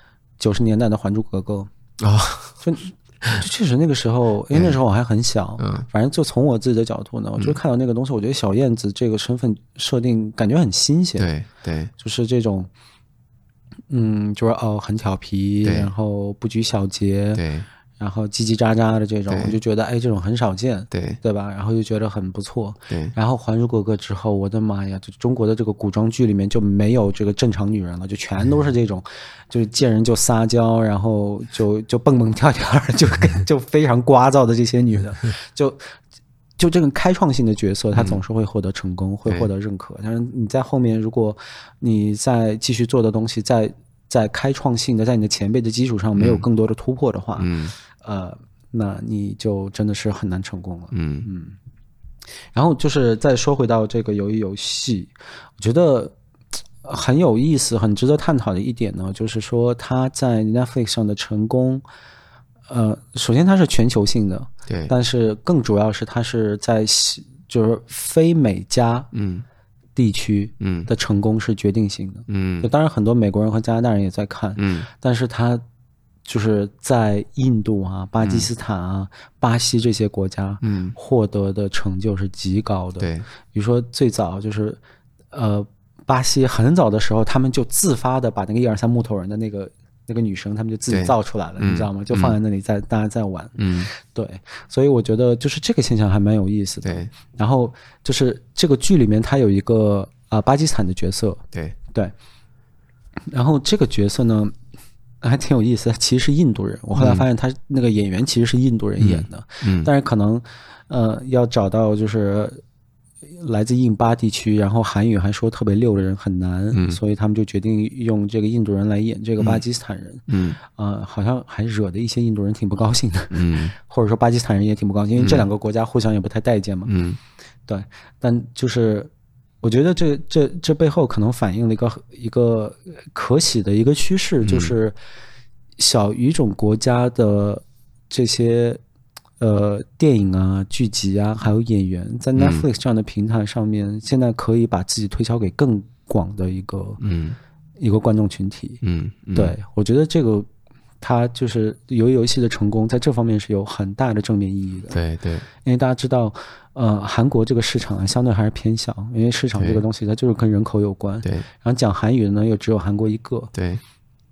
90年代的《还珠格格》就确实那个时候，因为那时候我还很小，反正就从我自己的角度呢，我就看到那个东西，我觉得小燕子这个身份设定感觉很新鲜， 对， 就是这种，就是很调皮，然后不拘小节， 对。 然后叽叽喳喳的这种，我就觉得这种很少见，对吧？然后就觉得很不错。然后《还珠格格》之后，我的妈呀，就中国的这个古装剧里面就没有这个正常女人了，就全都是这种，就是见人就撒娇，然后就蹦蹦跳跳，就非常聒噪的这些女的，就这种开创性的角色，她总是会获得成功，会获得认可。但是你在后面，如果你再继续做的东西，在开创性的，在你的前辈的基础上没有更多的突破的话，那你就真的是很难成功了。然后就是再说回到这个鱿鱼游戏，我觉得很有意思、很值得探讨的一点呢，就是说它在 Netflix 上的成功，首先它是全球性的， 对， 但是更主要是它是在就是非美加地区的成功是决定性的。就当然很多美国人和加拿大人也在看，但是它就是在印度啊、巴基斯坦啊、巴西这些国家，获得的成就是极高的。 对， 比如说最早就是巴西很早的时候，他们就自发的把那个123木头人的那个女生，他们就自己造出来了，你知道吗？就放在那里大家在玩。对，所以我觉得就是这个现象还蛮有意思的。 对， 然后就是这个剧里面它有一个巴基斯坦的角色， 对， 然后这个角色呢还挺有意思，他其实是印度人。我后来发现他那个演员其实是印度人演的，但是可能要找到就是来自印巴地区，然后韩语还说特别溜的人很难，所以他们就决定用这个印度人来演这个巴基斯坦人。好像还惹得一些印度人挺不高兴的，或者说巴基斯坦人也挺不高兴，因为这两个国家互相也不太待见嘛。对，但就是我觉得这背后可能反映了一个可喜的一个趋势，就是小语种国家的这些电影啊、剧集啊，还有演员，在 Netflix 这样的平台上面，现在可以把自己推销给更广的一个观众群体。对，我觉得这个它就是游戏的成功，在这方面是有很大的正面意义的。 对， 因为大家知道，韩国这个市场相对还是偏小，因为市场这个东西它就是跟人口有关。对，然后讲韩语的呢又只有韩国一个。对，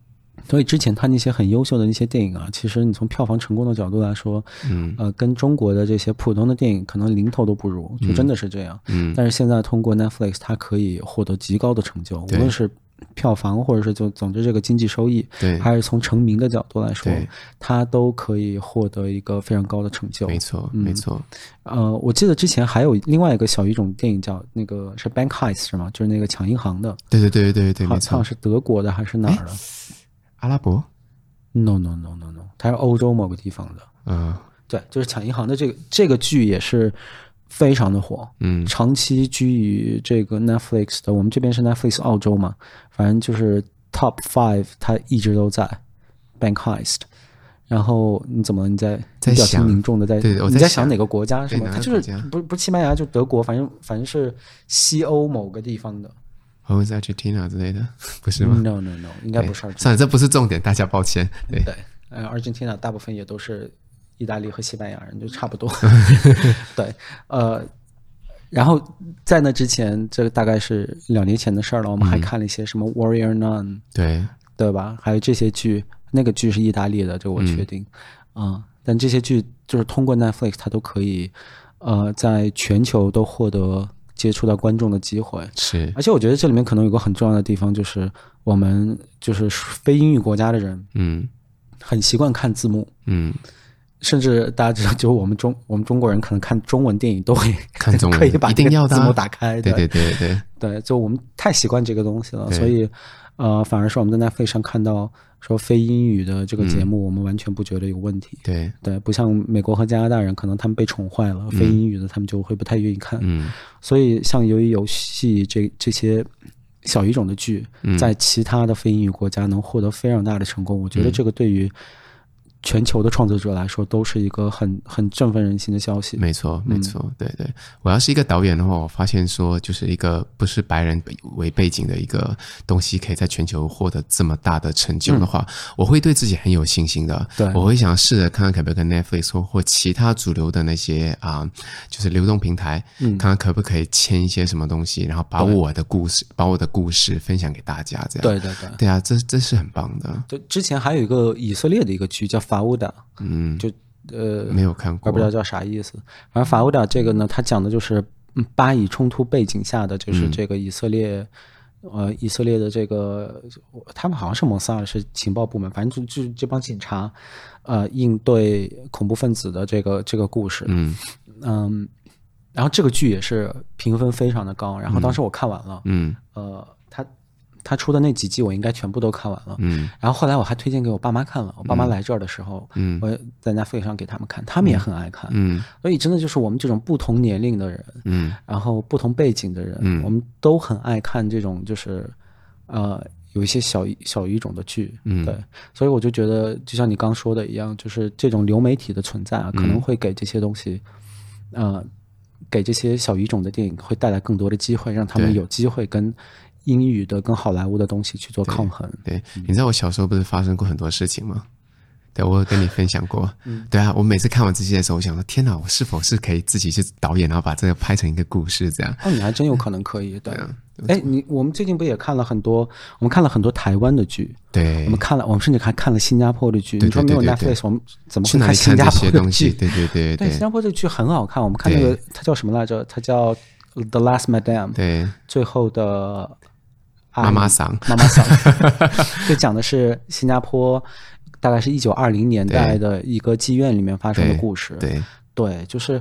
所以之前他那些很优秀的那些电影啊，其实你从票房成功的角度来说，跟中国的这些普通的电影可能零头都不如，就真的是这样。但是现在通过 Netflix， 它可以获得极高的成就，无论是票房或者是就总之这个经济收益，还是从成名的角度来说，它都可以获得一个非常高的成就。 没错，没错。 我记得之前还有另外一个小语种电影叫那个是 Bank Heist 是吗？就是那个抢银行的。 对，没错。 好像是德国的还是哪儿的？ 阿拉伯 ？No， 它是欧洲某个地方的。对，就是抢银行的这个剧也是非常的火，长期居于这个 Netflix 的，我们这边是 Netflix 澳洲嘛，反正就是 Top 5，它一直都在 Bank Heist。然后你怎么你在表情凝重的你在想哪个国家是吗？它就是不西班牙就德国，反正是西欧某个地方的。 或者是 Argentina 之类的，不是吗 ？No， 应该不是。 算了，这不是重点，大家抱歉。对 ，Argentina 大部分也都是意大利和西班牙人，就差不多。对，然后在那之前，这个大概是2年前的事了。我们还看了一些什么 Warrior Nun， 对吧？还有这些剧，那个剧是意大利的，这我确定。但这些剧就是通过 Netflix， 它都可以在全球都获得接触到观众的机会。 是， 而且我觉得这里面可能有个很重要的地方，就是我们就是非英语国家的人，很习惯看字幕，甚至大家知道，就是我们中国人可能看中文电影都会看中文， 可以把这个字幕打开。 对， 就我们太习惯这个东西了，所以反而是我们在 Netflix 上看到说非英语的这个节目，我们完全不觉得有问题。对，不像美国和加拿大人，可能他们被宠坏了，非英语的他们就会不太愿意看。所以像鱿鱼游戏这些小语种的剧，在其他的非英语国家能获得非常大的成功，我觉得这个对于全球的创作者来说都是一个很振奋人心的消息。 没错，对。我要是一个导演的话，我发现说就是一个不是白人为背景的一个东西可以在全球获得这么大的成就的话，我会对自己很有信心的。对，我会想试着看看可不可以跟 Netflix 或其他主流的那些就是流动平台，看看可不可以签一些什么东西，然后把我的故事分享给大家，这样。对啊，这是很棒的。 就之前还有一个以色列的一个剧叫法乌达， 没有看过， 我不知道叫啥意思。反正法乌达这个呢，它讲的就是巴以冲突背景下的，就是这个以色列的这个他们好像是摩萨尔是情报部门，反正就这帮警察应对恐怖分子的这个故事。然后这个剧也是评分非常的高，然后当时我看完了，他出的那几季我应该全部都看完了，然后后来我还推荐给我爸妈看了，我爸妈来这儿的时候，我在 Netflix 上给他们看，他们也很爱看，所以真的就是我们这种不同年龄的人，然后不同背景的人，我们都很爱看这种就是有一些小语种的剧，对，所以我就觉得就像你刚说的一样，就是这种流媒体的存在可能会给这些东西，给这些小语种的电影会带来更多的机会，让他们有机会跟英语的跟好莱坞的东西去做抗衡。 对，你知道我小时候不是发生过很多事情吗？对，我有跟你分享过。对啊，我每次看完这些的时候，我想说天哪，我是否是可以自己去导演，然后把这个拍成一个故事这样？ 你还真有可能可以。对啊。我们最近不也看了很多？我们看了很多台湾的剧。对。我们甚至还看了新加坡的剧。你说没有 Netflix， 我们怎么会看新加坡的剧？ 对， 新加坡这个剧很好看。我们看那个，它叫什么来着？它叫 The Last Madam。对。最后的妈妈桑， 就讲的是新加坡，大概是1920年代的一个妓院里面发生的故事。对，就是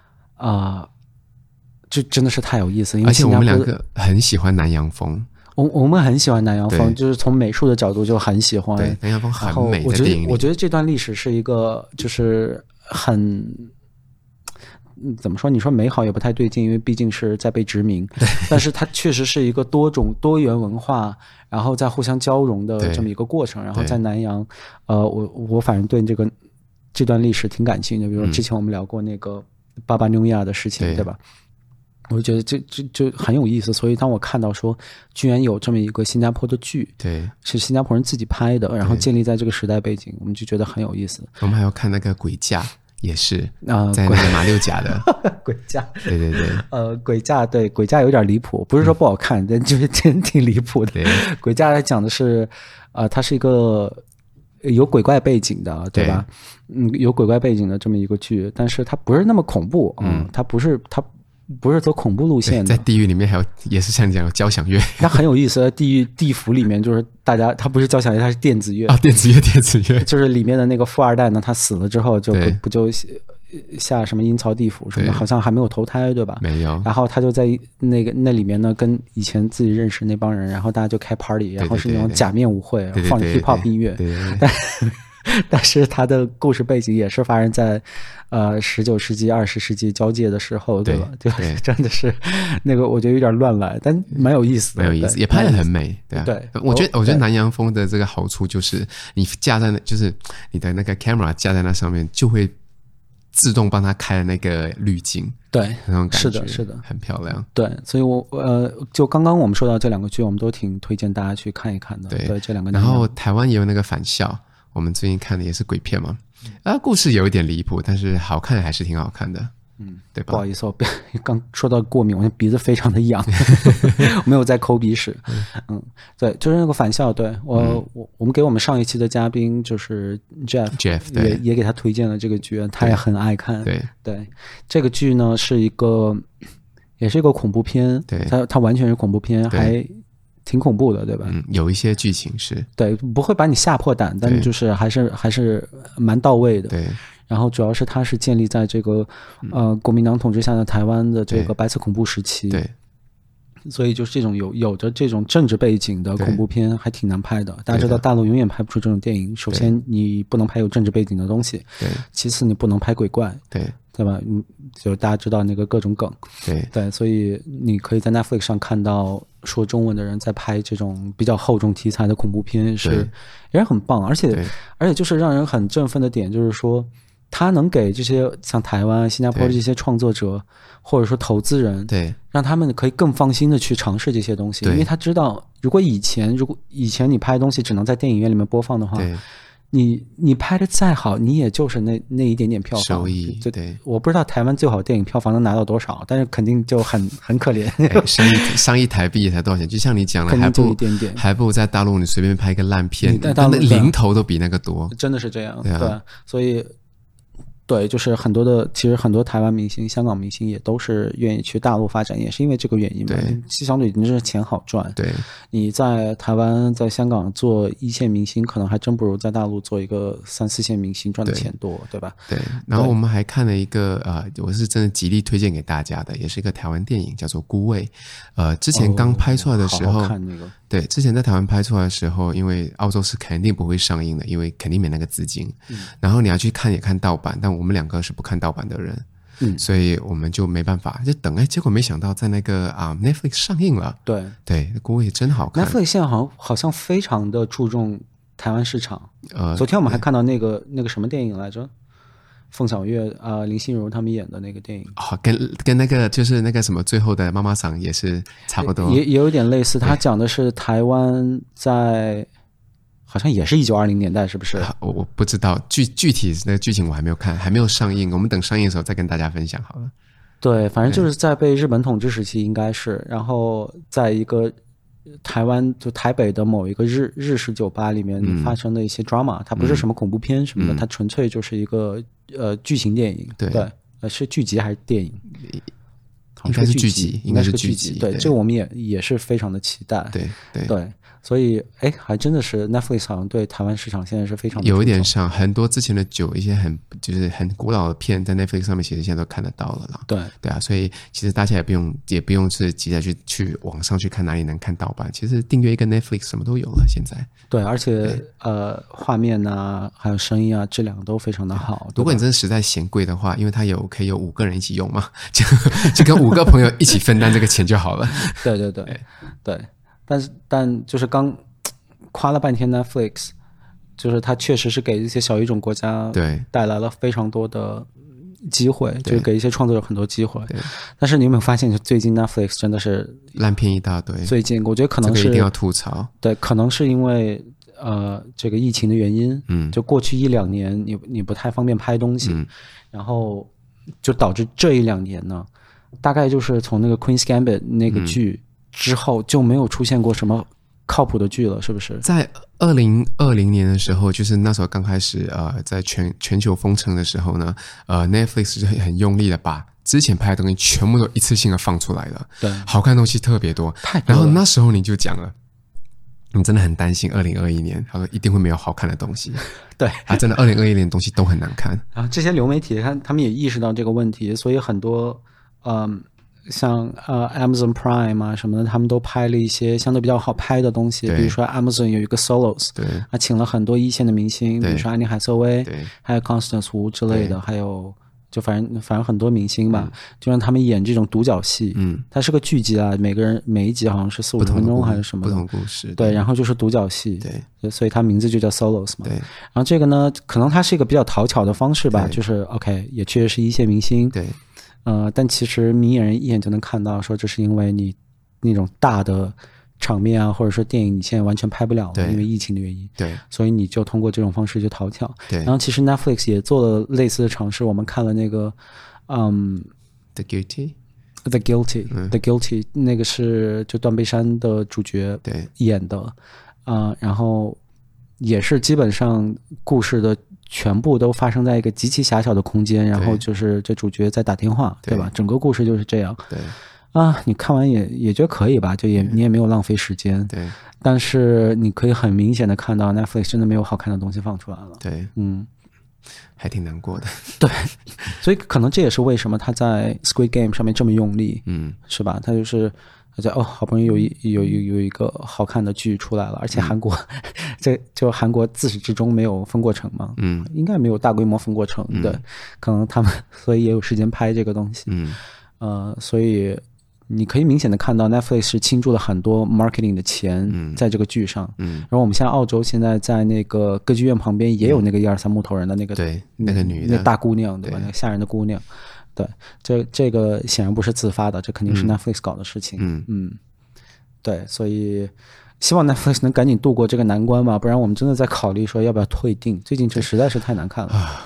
这真的是太有意思，因为而且我们两个很喜欢南洋风。 我们很喜欢南洋风，就是从美术的角度就很喜欢。 对，南洋风很美的电影。 我觉得这段历史是一个就是很。怎么说？你说美好也不太对劲，因为毕竟是在被殖民。但是它确实是一个多元文化，然后再互相交融的这么一个过程。然后在南洋，我反正对这段历史挺感兴趣的。比如说之前我们聊过那个巴巴纽亚的事情，对吧？我就觉得这很有意思。所以当我看到说居然有这么一个新加坡的剧，是新加坡人自己拍的，然后建立在这个时代背景，我们就觉得很有意思。 我们还要看那个鬼架。 也是在那个马六甲的鬼嫁， 对对对， 鬼嫁，对，鬼嫁有点离谱，不是说不好看，但就是真挺离谱的。鬼嫁讲的是，它是一个有鬼怪背景的，对吧？有鬼怪背景的这么一个剧，但是它不是那么恐怖，它不是走恐怖路线的。 在地狱里面还有，也是像你讲有交响乐， 它很有意思。地府里面就是大家，它不是交响乐，它是电子乐电子乐， 就是里面的那个富二代呢，他死了之后就不就下什么阴曹地府什么的，好像还没有投胎，对吧？ 没有。 然后他就在那里面呢，跟以前自己认识那帮人，然后大家就开 party， 然后是那种假面舞会，放 hip hop 音乐。但是他的故事背景也是发生在19世纪20世纪交界的时候，对吧？就真的是那个我觉得有点乱来，但蛮有意思的， 蛮有意思，也拍得很美，对啊。 对， 我觉得南洋风的这个好处就是你架在就是你的那个 camera 架在那上面就会自动帮他开了那个滤镜， 对， 那种感觉是的， 很漂亮。 对，所以就刚刚我们说到这两个剧，我们都挺推荐大家去看一看的。对，这两个。 然后台湾也有那个返校，我们最近看的也是鬼片嘛，故事有一点离谱，但是好看还是挺好看的。对吧？ 不好意思，我刚说到过敏，我鼻子非常的痒，没有在抠鼻屎。对，就是那个返校，对我们给我们上一期的嘉宾就是 Jeff 也给他推荐了这个剧，他也很爱看。对，这个剧呢也是一个恐怖片，对，它完全是恐怖片，还挺恐怖的，对吧？ 有一些剧情是对，不会把你吓破胆，但就是还是蛮到位的。对。然后主要是它是建立在这个国民党统治下的台湾的这个白色恐怖时期，对，所以就是这种有着这种政治背景的恐怖片还挺难拍的。大家知道大陆永远拍不出这种电影，首先你不能拍有政治背景的东西，对，其次你不能拍鬼怪，对吧？就是大家知道那个各种梗，对，所以你可以在 Netflix 上看到说中文的人在拍这种比较厚重题材的恐怖片，也是很棒，而且就是让人很振奋的点就是说。他能给这些像台湾、新加坡这些创作者，或者说投资人，对，让他们可以更放心的去尝试这些东西，因为他知道，如果以前你拍的东西只能在电影院里面播放的话，你拍的再好，你也就是那一点点票房收益。对，我不知道台湾最好电影票房能拿到多少，但是肯定就很可怜。 上亿台币才多少钱？就像你讲的，还不如在大陆你随便拍一个烂片，那零头都比那个多， 真的是这样。对，所以。对，就是其实很多台湾明星、香港明星也都是愿意去大陆发展，也是因为这个原因嘛。对，相对已经是钱好赚。对，你在台湾、在香港做一线明星，可能还真不如在大陆做一个3、4线明星赚的钱多，对吧？对。 然后我们还看了一个我是真的极力推荐给大家的，也是一个台湾电影，叫做《孤味》。之前刚拍出来的时候， 好看那个。 对，之前在台湾拍出来的时候，因为澳洲是肯定不会上映的，因为肯定没那个资金。然后你要去看也看盗版，但我们两个是不看盗版的人，所以我们就没办法就等。结果没想到在那个Netflix 上映了。对，孤味真好看。 Netflix 现在好像非常的注重台湾市场。昨天我们还看到那个什么电影来着？凤小岳林心如他们演的那个电影， 跟那个就是那个什么最后的妈妈桑也是差不多， 也有点类似。他讲的是台湾在好像也是1920年代，是不是？ 我不知道具体那个剧情我还没有看，还没有上映，我们等上映的时候再跟大家分享好了。 对，反正就是在被日本统治时期应该是，然后在一个台湾就台北的某一个日式酒吧里面发生的一些 drama，它不是什么恐怖片什么的，它纯粹就是一个剧情电影。对，是剧集还是电影？ 应该是剧集，应该是剧集。 对，这个我们也是非常的期待。对。所以，还真的是 Netflix 好像对台湾市场现在是非常的有一点上，很多之前的一些就是很古老的片，在 Netflix 上面其实现在都看得到了啦。对啊，所以其实大家也不用是急着去网上去看哪里能看盗版，其实订阅一个 Netflix 什么都有了现在。 对，而且画面啊，还有声音啊，质量都非常的好。 如果你真的实在嫌贵的话，因为它可以有5个人一起用嘛，就跟5个朋友一起分担这个钱就好了。 对。但就是刚夸了半天 Netflix， 就是它确实是给一些小语种国家带来了非常多的机会，就给一些创作者很多机会。但是你有没有发现，就最近 Netflix 真的是烂片一大堆。 最近我觉得可能是、 这个一定要吐槽。 对，可能是因为这个疫情的原因，就过去1-2年你不太方便拍东西，然后就导致这1-2年呢，大概就是从那个 Queen's Gambit 那个剧之后就没有出现过什么靠谱的剧了，是不是？ 在2020年的时候，就是那时候刚开始在全球封城的时候呢，Netflix 就很用力的把之前拍的东西全部都一次性的放出来了， 对， 好看的东西特别多， 太多了。 然后那时候你就讲了，你真的很担心2021年，他说一定会没有好看的东西。 对， 真的2021年的东西都很难看。 这些流媒体他们也意识到这个问题，所以很多像Amazon Prime 啊什么的，他们都拍了一些相对比较好拍的东西，比如说 Amazon 有一个 Solos， 对， 请了很多一线的明星，比如说安妮海瑟薇， 对， 还有 Constance Wu 之类的，还有就反正很多明星吧，就让他们演这种独角戏。它是个剧集啊，每一集好像是4-5分钟还是什么的， 不同故事。 对，然后就是独角戏， 对， 所以它名字就叫 Solos 嘛。 对， 然后这个呢，可能它是一个比较讨巧的方式吧，就是 OK， 也确实是一线明星。 对。 但其实明眼人一眼就能看到，说这是因为你那种大的场面啊，或者说电影你现在完全拍不了了，因为疫情的原因。 对， 所以你就通过这种方式去讨巧。 对， 然后其实 Netflix 也做了类似的尝试，我们看了那个 The Guilty， 那个是就断背山的主角演的，然后也是基本上故事的全部都发生在一个极其狭小的空间，然后就是这主角在打电话，对吧？整个故事就是这样。 对你看完也觉得可以吧，就你也没有浪费时间。 对， 但是你可以很明显的看到 Netflix 真的没有好看的东西放出来了。 对，还挺难过的。 对，所以可能这也是为什么他在 Squid Game 上面这么用力，是吧？他就是好不容易有一个好看的剧出来了，而且韩国韩国自始至终没有封过城嘛，应该没有大规模封过城，对，可能他们所以也有时间拍这个东西，所以你可以明显的看到 Netflix 是倾注了很多 marketing 的钱在这个剧上，然后我们现在澳洲现在在那个歌剧院旁边也有那个123木头人的那个， 对，那个女的那大姑娘，对吧？那个吓人的姑娘。对，这个显然不是自发的，这肯定是 Netflix 搞的事情。对，所以希望 Netflix 能赶紧度过这个难关吧，不然我们真的在考虑说要不要退订。最近这实在是太难看了。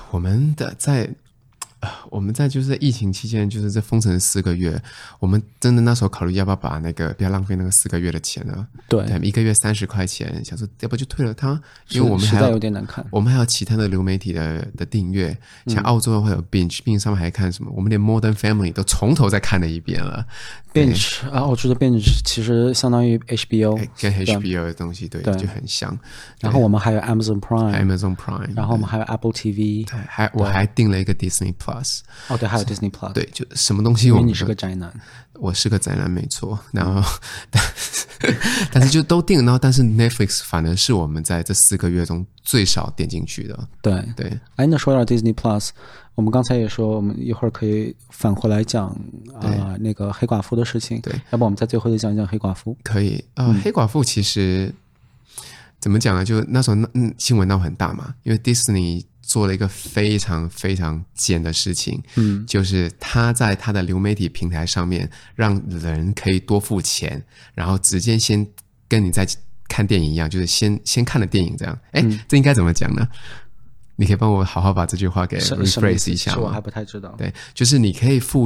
我们在就是疫情期间，就是在封城4个月，我们真的那时候考虑要不要把不要浪费那个4个月的钱了。对，1个月30块钱，想说要不就退了它，因为我们还实在有点难看。 我们还有其他的流媒体的订阅，像澳洲会有 Binge 上面还看什么？我们连 Modern Family 都从头再看了一遍了。 Binge 澳洲的 Binge 其实相当于 HBO， 跟 HBO 的东西对就很像。 然后我们还有 Amazon Prime， 然后我们还有 Apple TV， 我还订了一个 Disney Plus。 对，还有 Disney Plus。 对，就什么东西因为你是个宅男。 我是个宅男没错，然后但是就都订，然后但是 Netflix 反而是我们在这4个月中最少点进去的。 对，那说到 Disney Plus， 我们刚才也说我们一会儿可以返回来讲那个黑寡妇的事情。对，要不我们在最后再讲一讲黑寡妇？ 可以。黑寡妇其实怎么讲呢？就那时候新闻闹很大嘛，因为 Disney 做了一个非常非常贱的事情，就是他在他的流媒体平台上面让人可以多付钱，然后直接先跟你在看电影一样，就是先看了电影这样。这应该怎么讲呢？你可以帮我好好把这句话给 rephrase 一下吗？ 是我还不太知道。 对，就是你可以付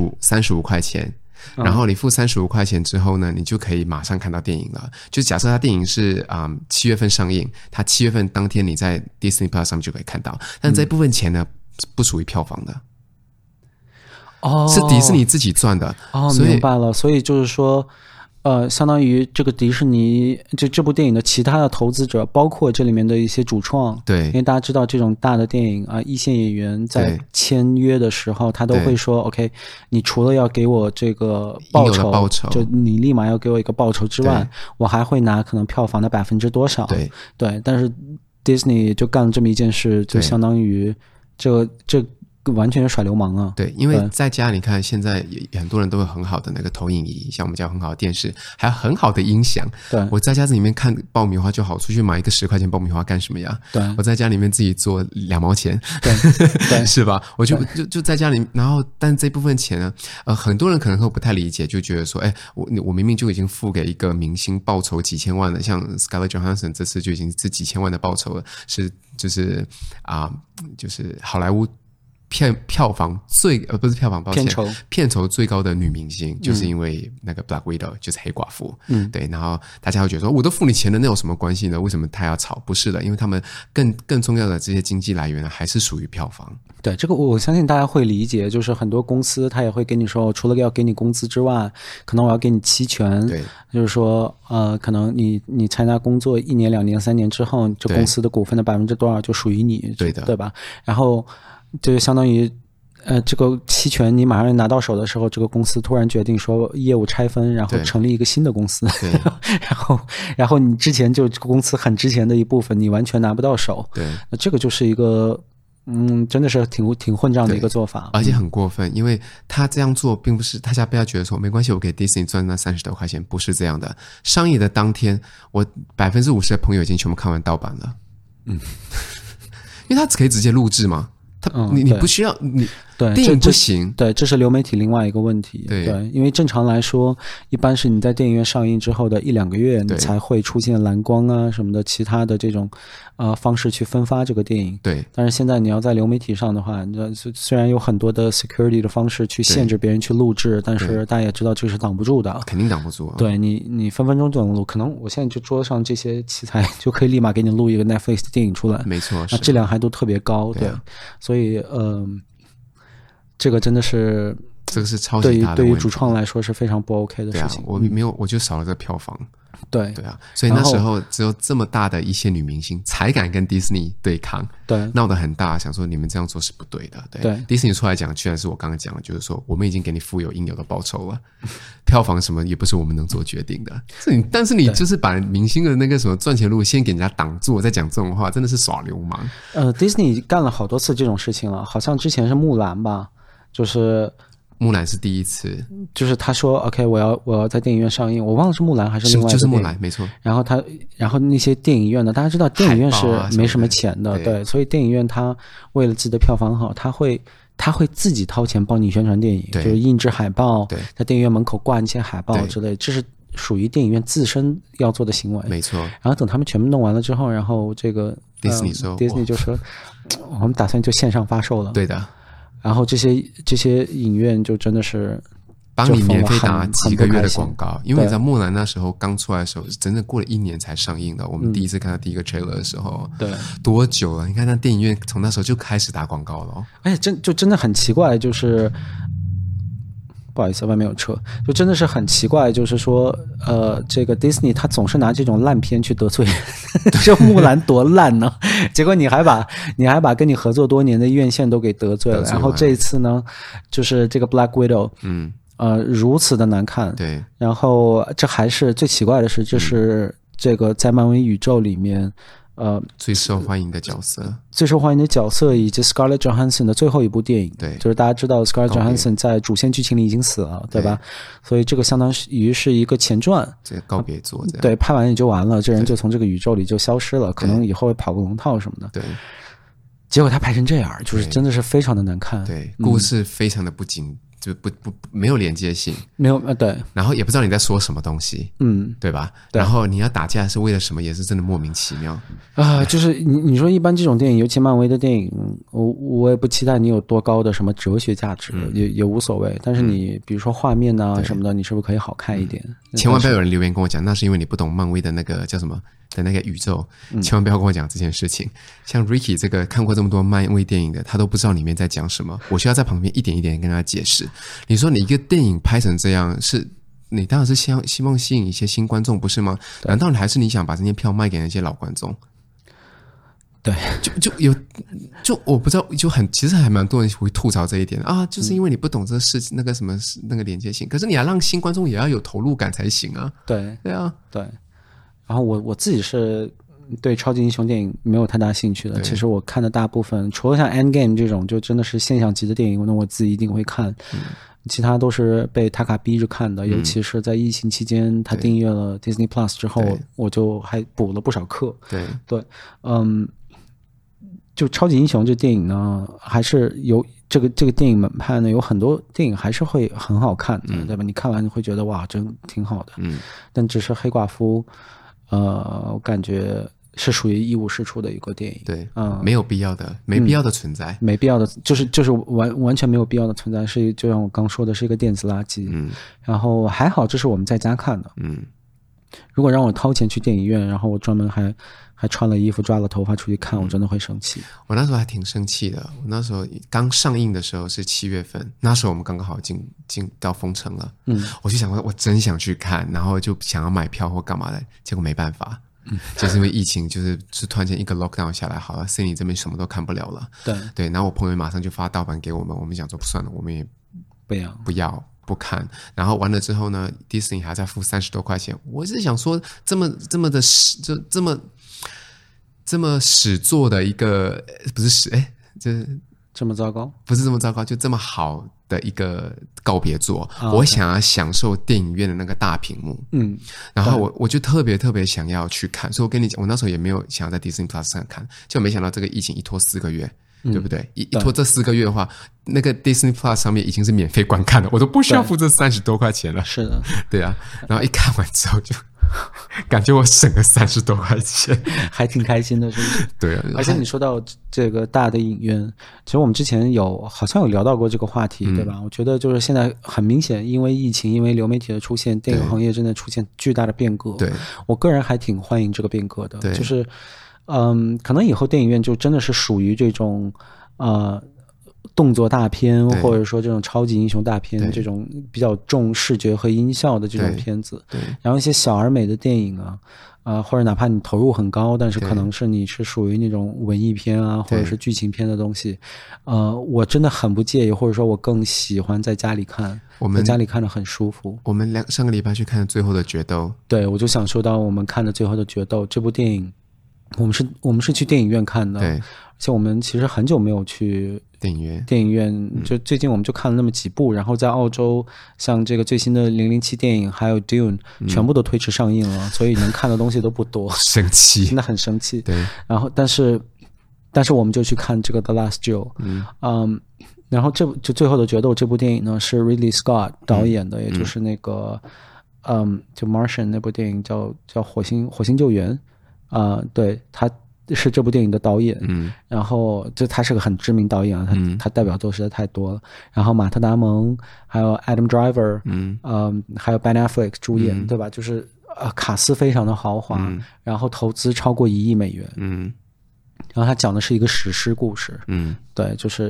35块钱。然后你付35块钱之后呢，你就可以马上看到电影了。就假设它电影是7月份上映，它7月份当天你在 Disney Plus 上面就可以看到，但这部分钱呢不属于票房的，是迪士尼自己赚的。 明白了。所以就是说相当于这个迪士尼这部电影的其他的投资者，包括这里面的一些主创，对，因为大家知道这种大的电影一线演员在签约的时候，他都会说 OK， 你除了要给我这个报酬，就你立马要给我一个报酬之外，我还会拿可能票房的多少。对，但是 Disney 就干了这么一件事，就相当于这完全是耍流氓啊。 对，因为在家你看现在很多人都有很好的那个投影仪，像我们家很好的电视，还有很好的音响。 对， 我在家里面看爆米花就好，出去买一个10块钱爆米花干什么呀？ 对， 我在家里面自己做2毛钱， 对， 是吧？我就在家里，然后但这部分钱呢，很多人可能会不太理解，就觉得说，哎，我明明就已经付给一个明星报酬几千万了，像 Scarlett Johansson 这次就已经是几千万的报酬了，就是好莱坞票房不是票房，抱歉，片酬最高的女明星，就是因为那个 Black Widow 就是黑寡妇，对，然后大家会觉得说，我都付你钱了，那有什么关系呢？为什么他要吵？不是的，因为他们更重要的这些经济来源呢，还是属于票房。 对，这个我相信大家会理解，就是很多公司他也会跟你说，除了要给你工资之外，可能我要给你期权， 对， 就是说可能你参加工作1年、2年、3年之后，这公司的股份的多少就属于你， 对的， 对吧？然后就相当于这个期权你马上拿到手的时候，这个公司突然决定说业务拆分，然后成立一个新的公司， 对然后你之前就这个公司很值钱的一部分你完全拿不到手， 对， 那这个就是一个真的是挺混账的一个做法， 而且很过分，因为他这样做并不是大家不要觉得说没关系，我给 Disney 赚那30多块钱，不是这样的。上映的当天，我50%的朋友已经全部看完盗版了，因为他可以直接录制嘛。你不需要你对电影不行， 对，这是流媒体另外一个问题。 对， 因为正常来说，一般是你在电影院上映之后的1-2个月，你才会出现蓝光啊什么的其他的这种方式去分发这个电影。 对， 但是现在你要在流媒体上的话，虽然有很多的 security 的方式去限制别人去录制，但是大家也知道这是挡不住的， 肯定挡不住。 对，你分分钟就能录，可能我现在就桌上这些器材就可以立马给你录一个 Netflix 的电影出来， 没错， 那质量还都特别高，对，所以这个真的是， 这个是超级大的问题， 对于主创来说是非常不 OK 的事情。 对啊，我就少了这个票房。 对啊，所以那时候只有这么大的一些女明星才敢跟迪士尼对抗， 对， 闹得很大，想说你们这样做是不对的。对，迪士尼出来讲，居然是我刚刚讲的，就是说我们已经给你付有应有的报酬了，票房什么也不是我们能做决定的。但是你就是把明星的那个什么赚钱路先给人家挡住，再讲这种话，真的是耍流氓。 迪士尼干了好多次这种事情了，好像之前是木兰吧。就是木兰是第一次， 就是他说 OK 我要在电影院上映，我忘了是木兰还是另外一个就是木兰没错。 然后那些电影院呢，大家知道电影院是没什么钱的，对，所以电影院他为了自己的票房好，他会自己掏钱帮你宣传电影，就是印制海报，在电影院门口挂一些海报之类，这是属于电影院自身要做的行为， 没错。 然后等他们全部弄完了之后，然后这个迪士尼就说我们打算就线上发售了， 对的。 然后这些影院就真的是帮你免费打几个月的广告，因为你知道木兰那时候刚出来的时候，整整过了1年才上映的。我们第一次看到第一个 trailer 的时候， 对， 多久了？你看那电影院从那时候就开始打广告了， 而且真的很奇怪，就是不好意思，外面有车，就真的是很奇怪，就是说，这个 Disney 他总是拿这种烂片去得罪人，这木兰多烂呢？结果你还把跟你合作多年的院线都给得罪了，然后这一次呢，就是这个 Black Widow，如此的难看， 对， 然后这还是最奇怪的是，这是这个在漫威宇宙里面。 最受欢迎的角色以及 Scarlett Johansson 的最后一部电影， 对， 就是大家知道 Scarlett Johansson 在主线剧情里已经死了，对吧？所以这个相当于是一个前传， 这个告别作， 对，拍完也就完了，这人就从这个宇宙里就消失了，可能以后会跑个龙套什么的， 对。 结果他拍成这样，就是真的是非常的难看， 对，故事非常的不紧。就没有连接性， 没有对， 然后也不知道你在说什么东西，对吧？对，然后你要打架是为了什么，也是真的莫名其妙就是你说一般这种电影，尤其漫威的电影，我也不期待你有多高的什么哲学价值，也无所谓。但是你比如说画面啊什么的，你是不是可以好看一点？ 千万不要有人留言跟我讲，那是因为你不懂漫威的那个叫什么的那个宇宙，千万不要跟我讲这件事情。像 Ricky 这个看过这么多漫威电影的，他都不知道里面在讲什么，我需要在旁边一点一点跟他解释。你说你一个电影拍成这样，是你当然是希望吸引一些新观众，不是吗？难道还是你想把这些票卖给那些老观众？ 对， 就我不知道，其实还蛮多人会吐槽这一点啊，就是因为你不懂这事那个什么那个连接性，可是你要让新观众也要有投入感才行啊。 对啊， 对。然后我自己是对超级英雄电影没有太大兴趣的，其实我看的大部分除了像 Endgame 这种就真的是现象级的电影，那我自己一定会看，其他都是被塔卡逼着看的，尤其是在疫情期间他订阅了 Disney Plus 之后，我就还补了不少课。对，就超级英雄这电影呢，还是有这个电影门派呢，有很多电影还是会很好看的，对吧？你看完你会觉得哇，真挺好的。但只是黑寡妇，我感觉是属于一无是处的一个电影。 对，没有必要的，没必要的存在， 没必要的，就是完全没有必要的存在，是就像我刚说的，是一个电子垃圾。然后还好，这是我们在家看的。如果让我掏钱去电影院，然后我专门还穿了衣服抓了头发出去看，我真的会生气。 我那时候还挺生气的，我那时候刚上映的时候是7月份，那时候我们刚刚好进到封城了。我就想说我真想去看，然后就想要买票或干嘛的，结果没办法。就是因为疫情就是突然间一个 lockdown 下来，好了 Sydney 这边什么都看不了了。对，然后我朋友马上就发盗版给我们，我们想说算了，我们也不看。然后完了之后呢，迪士尼还在付30多块钱。我是想说这么始作的一个，不是这么糟糕， 不是这么糟糕，就这么好的一个告别作。我想要享受电影院的那个大屏幕。然后我就特别想要去看，所以我跟你讲，我那时候也没有想要在 Disney Plus 上看，就没想到这个疫情一拖4个月。对不对？一拖这4个月的话，那个 Disney Plus 上面已经是免费观看了，我都不需要付这30多块钱了。 是的， 对啊。然后一看完之后就感觉我省了30多块钱， 还挺开心的，是不是？ 对啊。 而且你说到这个大的影院，其实我们之前好像有聊到过这个话题，对吧？我觉得就是现在很明显，因为疫情，因为流媒体的出现，电影行业真的出现巨大的变革。 对， 我个人还挺欢迎这个变革的，就是。可能以后电影院就真的是属于这种动作大片，或者说这种超级英雄大片，这种比较重视觉和音效的这种片子。然后一些小而美的电影或者哪怕你投入很高，但是可能是你是属于那种文艺片或者是剧情片的东西，我真的很不介意，或者说我更喜欢在家里看，在家里看得很舒服。 我们上个礼拜去看《最后的决斗》， 对，我就想说到我们看的《最后的决斗》这部电影。我们是去电影院看的，而且我们其实很久没有去电影院，就最近我们就看了那么几部，然后在澳洲像这个最新的007电影还有 Dune 全部都推迟上映了，所以能看的东西都不多， 生气， 真的很生气。 对， 然后但是我们就去看这个 The Last Duel，然后就最后的决斗这部电影呢是 Ridley Scott 导演的，也就是那个就 Martian 那部电影叫火星救援。对，他是这部电影的导演，然后他是个很知名导演啊，他代表作实在太多了。然后马特·达蒙，还有 Adam Driver，还有 Ben Affleck 主演，对吧？就是卡斯非常的豪华，然后投资超过1亿美元，然后他讲的是一个史诗故事，对，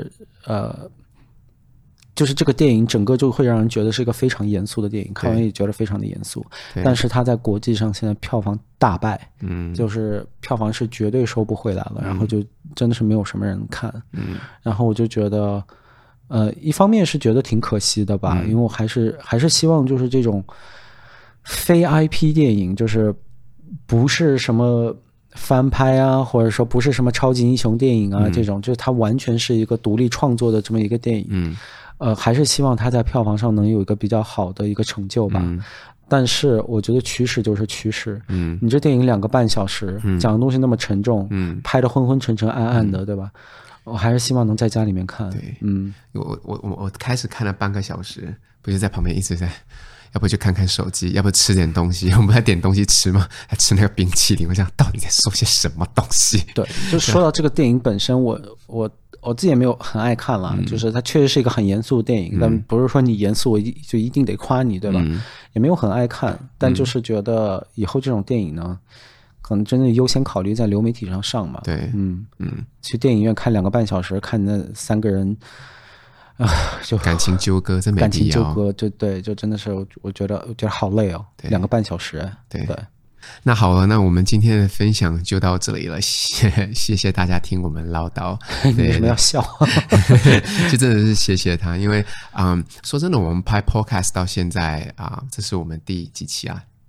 就是这个电影整个就会让人觉得是一个非常严肃的电影，看完也觉得非常的严肃，但是它在国际上现在票房大败，就是票房是绝对收不回来了，然后就真的是没有什么人看，然后我就觉得一方面是觉得挺可惜的吧，因为我还是希望就是这种非 IP 电影，就是不是什么翻拍或者说不是什么超级英雄电影这种，就是它完全是一个独立创作的这么一个电影，还是希望它在票房上能有一个比较好的一个成就吧。但是我觉得趋势就是趋势，你这电影2个半小时，讲的东西那么沉重，拍得昏昏沉沉暗暗的，对吧？我还是希望能在家里面看。 对，我开始看了半个小时，不是在旁边一直在。要不就看看手机，要不吃点东西，我们还点东西吃吗？还吃那个冰淇淋，我想到底在说些什么东西？ 对，就说到这个电影本身，我自己也没有很爱看了，就是它确实是一个很严肃的电影，但不是说你严肃我就一定得夸你，对吧？也没有很爱看，但就是觉得以后这种电影呢，可能真的优先考虑在流媒体上上嘛。 对， 去电影院看2个半小时，看那3个人。就感情纠葛，这没必要。 感情纠葛，就真的是我觉得好累哦，2个半小时。对， 那好了，那我们今天的分享就到这里了，谢谢大家听我们唠叨。 你为什么要笑？ 就真的是谢谢他，因为说真的，我们拍 podcast 到现在这是我们第几期啊？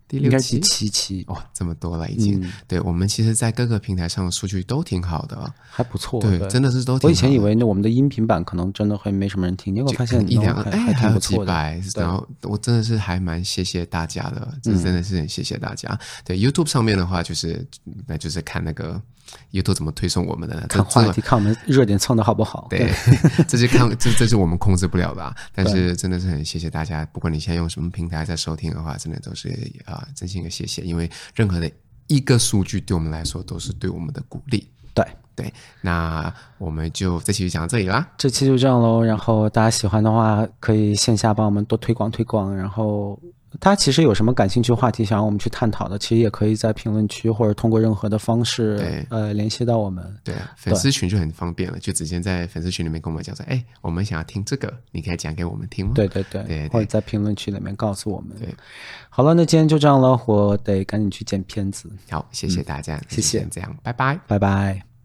第应该是 6期第7期哦，这么多了已经。对，我们其实在各个平台上的数据都挺好的， 还不错。 对，真的是都挺好的。 我以前以为我们的音频版可能真的会没什么人听，结果发现一两还挺不错的。 然后我真的是还蛮谢谢大家的，这真的是很谢谢大家。对 YouTube 上面的话，就是看那个 YouTube 怎么推送我们的， 看话题，看我们热点蹭的好不好。 对，这是我们控制不了的啊。但是真的是很谢谢大家，不管你现在用什么平台在收听的话，真的都是真心的谢谢，因为任何的一个数据对我们来说都是对我们的鼓励。对，那我们就这期就讲到这里啦。 这期就这样咯，然后大家喜欢的话可以线下帮我们多推广，然后大家其实有什么感兴趣话题想让我们去探讨的，其实也可以在评论区或者通过任何的方式联系到我们。 对啊，粉丝群就很方便了，就直接在粉丝群里面跟我们讲说，我们想要听这个，你可以讲给我们听吗？ 对，或者在评论区里面告诉我们。对，好了，那今天就这样了，我得赶紧去剪片子。 好，谢谢大家， 谢谢， 这样，拜拜， 拜拜。